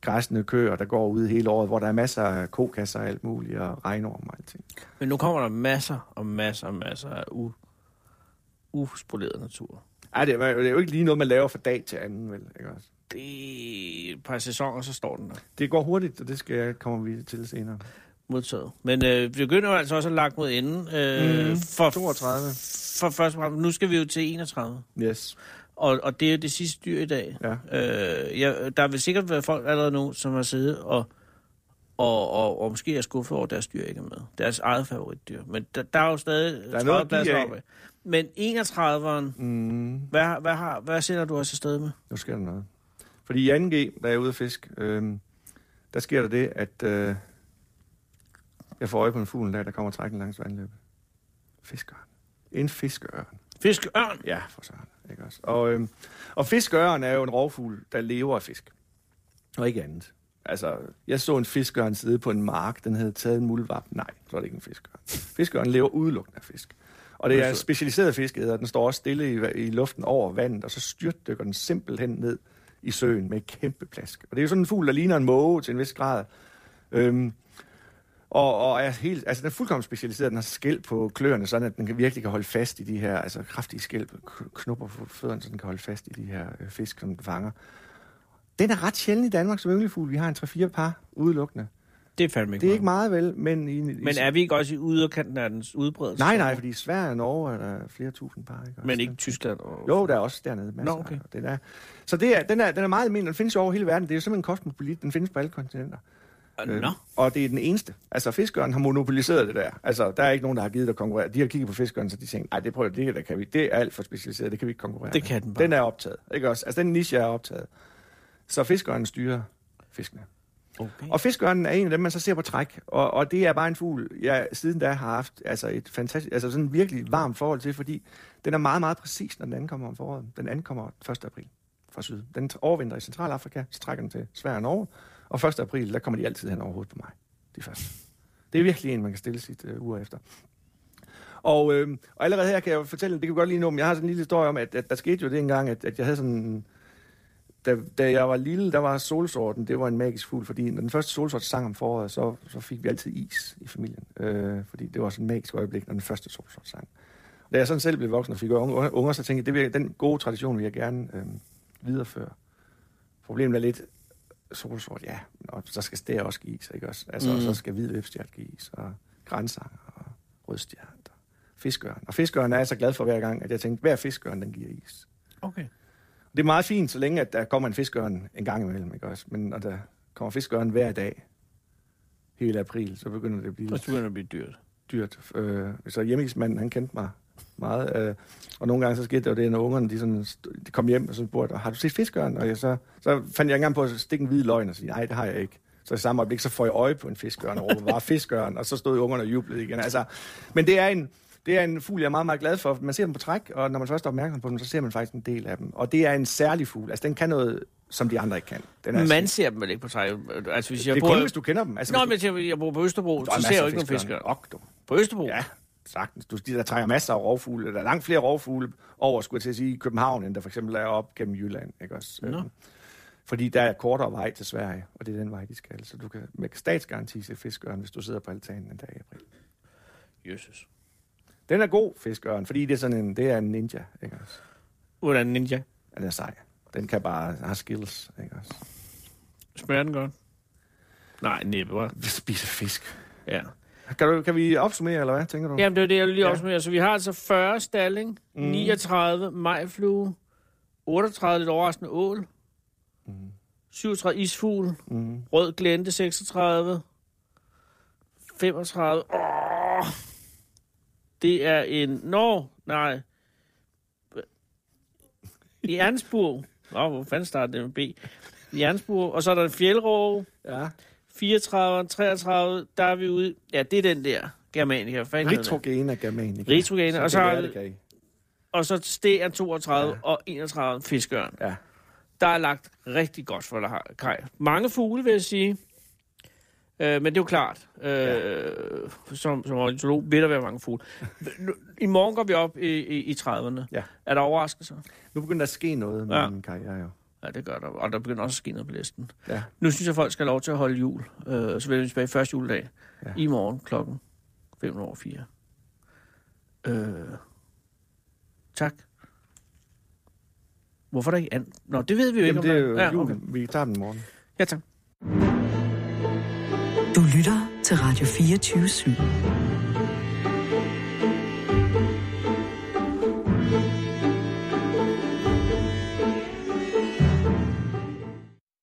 græsne køer, der går ude hele året, hvor der er masser af kokasser og alt muligt, og regnorm og alting. Men nu kommer der masser og masser og masser af u... uspoleret natur. Ej, det er, det er jo ikke lige noget, man laver fra dag til anden, vel? Ikke også? Det er et par sæsoner, så står den der. Det går hurtigt, og det skal jeg, kommer vi til senere. Modtaget. Men øh, vi begynder jo altså også at lagt mod enden. Øh, mm, for, toogtredive. For første gang. Nu skal vi jo til enogtredive. Yes. Og, og det er det sidste dyr i dag. Ja. Øh, ja, der vil sikkert være folk allerede nu, som har siddet og, og, og, og måske er skuffet over, at deres dyr ikke er med. Deres eget favoritdyr. Men der, der er jo stadig der er noget pladser oppe. Men enogtrediveren, mm. hvad, hvad, har, hvad sender du også afsted med? Nu sker der noget. Fordi i anden G, der er jeg ude at fisk, øh, der sker der det, at øh, jeg får øje på en fugl, der, der kommer trækken langs vandløbet. Fiskørn. En fiskeørn. Fiskeørn? Ja, for sådan. Ikke også? Og, øh, og fiskeørn er jo en rovfugl, der lever af fisk. Og ikke andet. Altså, jeg så en fiskeørn sidde på en mark, den havde taget en muldvarp. Nej, så er det ikke en fiskeørn. Fiskeørn lever udelukkende af fisk. Og det er en specialiseret fiskeæder, den står også stille i, i luften over vandet, og så styrtdykker den simpelthen ned i søen med et kæmpe plask. Og det er jo sådan en fugl, der ligner en måge til en vis grad. Øhm, og, og er helt, altså den er fuldkommen specialiseret, den har skæld på kløerne, sådan at den kan virkelig kan holde fast i de her, altså kraftige skæld, knupper på fødderne, så den kan holde fast i de her øh, fisk, som den fanger. Den er ret sjælden i Danmark som ynglefugl. Vi har en tre-fire par udelukkende. Det er fandme ikke Det er ikke meget vel, men... I, men er vi ikke også i yderkanten af dens udbredelse? Nej, nej, fordi i Sverige og Norge er der flere tusind par. Ikke? Men ikke Tyskland? Og... Jo, der er også dernede masser. Nå, okay. Den er, så det er, den, er, den er meget almindelig. Den findes jo over hele verden. Det er jo simpelthen en kosmopolit. Den findes på alle kontinenter. Uh, øh, og det er den eneste. Altså, fiskeren har monopoliseret det der. Altså, der er ikke nogen, der har givet at konkurrere. De har kigget på fiskeren, så de tænker, nej, det prøver det, der kan vi. Det er alt for specialiseret. Det kan vi ikke konkurrere Det kan den bare. Den er optaget. Ikke også? Altså, den niche er optaget. Så fiskeren styrer fiskene. Okay. Og fiskørnen er en af dem, man så ser på træk. Og, og det er bare en fugl, jeg siden da har haft altså et fantastisk, altså sådan virkelig varmt forhold til, fordi den er meget, meget præcis, når den ankommer om foråret. Den ankommer første april fra syd. Den overvinter i Centralafrika, så trækker den til Sverige og Norge. Og første april, der kommer de altid hen over hovedet på mig. De første. Det er virkelig en, man kan stille sit uh, uger efter. Og, øh, og allerede her kan jeg fortælle, det kan jeg godt lige nu, men jeg har sådan en lille historie om, at, at der skete jo det engang, at, at jeg havde sådan... Da, da jeg var lille, der var solsorten, det var en magisk fugl, fordi når den første solsort sang om foråret, så, så fik vi altid is i familien. Øh, fordi det var sådan et magisk øjeblik, når den første solsort sang. Da jeg sådan selv blev voksen og fik unge, unger, så tænkte jeg, det vil, den gode tradition vil jeg gerne øh, videreføre. Problemet er lidt, solsort, ja, og så skal stær også give is, ikke også? Altså, mm. og så skal hvid løbstjert give is, og grænsanger, og rødstjert, og fiskørn. Og fiskørn er jeg så glad for hver gang, at jeg tænkte, hver fiskørn, den giver is. Okay. Det er meget fint, så længe at der kommer en fiskørn en gang imellem, ikke også? Men når der kommer fiskørn hver dag, hele april, så begynder det at blive... Så begynder det at blive dyrt. Dyrt. Øh, så hjemmehjælpsmanden, han kendte mig meget. Øh, og nogle gange så skete det jo det, når ungerne de sådan, de kom hjem og så spurgte, har du set fiskørn? Og jeg så, så fandt jeg engang på at stikke en hvid løgn og sige, nej, det har jeg ikke. Så i samme øjeblik, så får jeg øje på en fiskørn og råber, var fiskørn? Og så stod ungerne og jublede igen. Altså, men det er en... Det er en fugl, jeg er meget, meget glad for. Man ser dem på træk, og når man først er opmærksom på dem, så ser man faktisk en del af dem. Og det er en særlig fugl. Altså, den kan noget, som de andre ikke kan. Den er man ser dem vel ikke på træk? Altså, hvis jeg det er bor... kun, hvis du kender dem. Altså, Nå, du... men jeg, jeg bor på Østerbro, så ser jeg jo ikke nogen fiskere. På Østerbro? Ja, sagtens. Du, der trækker masser af rovfugle. Der er langt flere rovfugle over, skulle jeg til at sige, i København, end der for eksempel er op gennem Jylland. Ikke også? Nå. Fordi der er kortere vej til Sverige, og det er den vej, de skal. Så du kan med statsgaranti se fiskørn, hvis du sidder på altanen en dag i april. Jesus. Den er god, fiskørn, fordi det er sådan en, det er en ninja, ikke også? Hvordan en ninja? Ja, den er sej. Den kan bare have skills, ikke også? Smager den godt? Nej, næppe, hva'? Vi spiser fisk. Ja. Kan, du, kan vi opsummere, eller hvad, tænker du? Jamen, det er det, jeg lige ja. opsummerer. Så vi har altså fyrre stalling, mm. niogtredive majflue, otteogtredive lidt overraskende ål, mm. syvogtredive isfugl, mm. rød glente seksogtredive, femogtredive... Åh! Det er en... Nå, nej. Jernsburg. Nå, hvor fanden starter det med B? Jernsburg. Og så er der en fjeldråge. Ja. fireogtredive, treogtredive. Der er vi ude... Ja, det er den der. Germanica. Retrogena Germanica. Retrogena. Og så, er, og så stæren toogtredive ja. Og enogtredive fiskørn. Ja. Der er lagt rigtig godt for dig, Kai. Mange fugle, vil jeg sige. Øh, men det er jo klart, øh, ja. som, som ornitolog vil der være mange fugle. I morgen går vi op i, i, i trediverne. Ja. Er der overraskelser? Nu begynder der at ske noget med ja. min karriere jo. Ja, det gør der. Og der begynder også at ske noget på listen. Ja. Nu synes jeg, at folk skal have lov til at holde jul. Øh, så vender vi tilbage første juledag. Ja. I morgen klokken fem over fire. Øh, tak. Hvorfor der ikke an? Nå, det ved vi jo Jamen, ikke. Jamen, det er jo ja, julen. okay. Vi tager den i morgen. Ja, tak. Du lytter til Radio fireogtyve syv.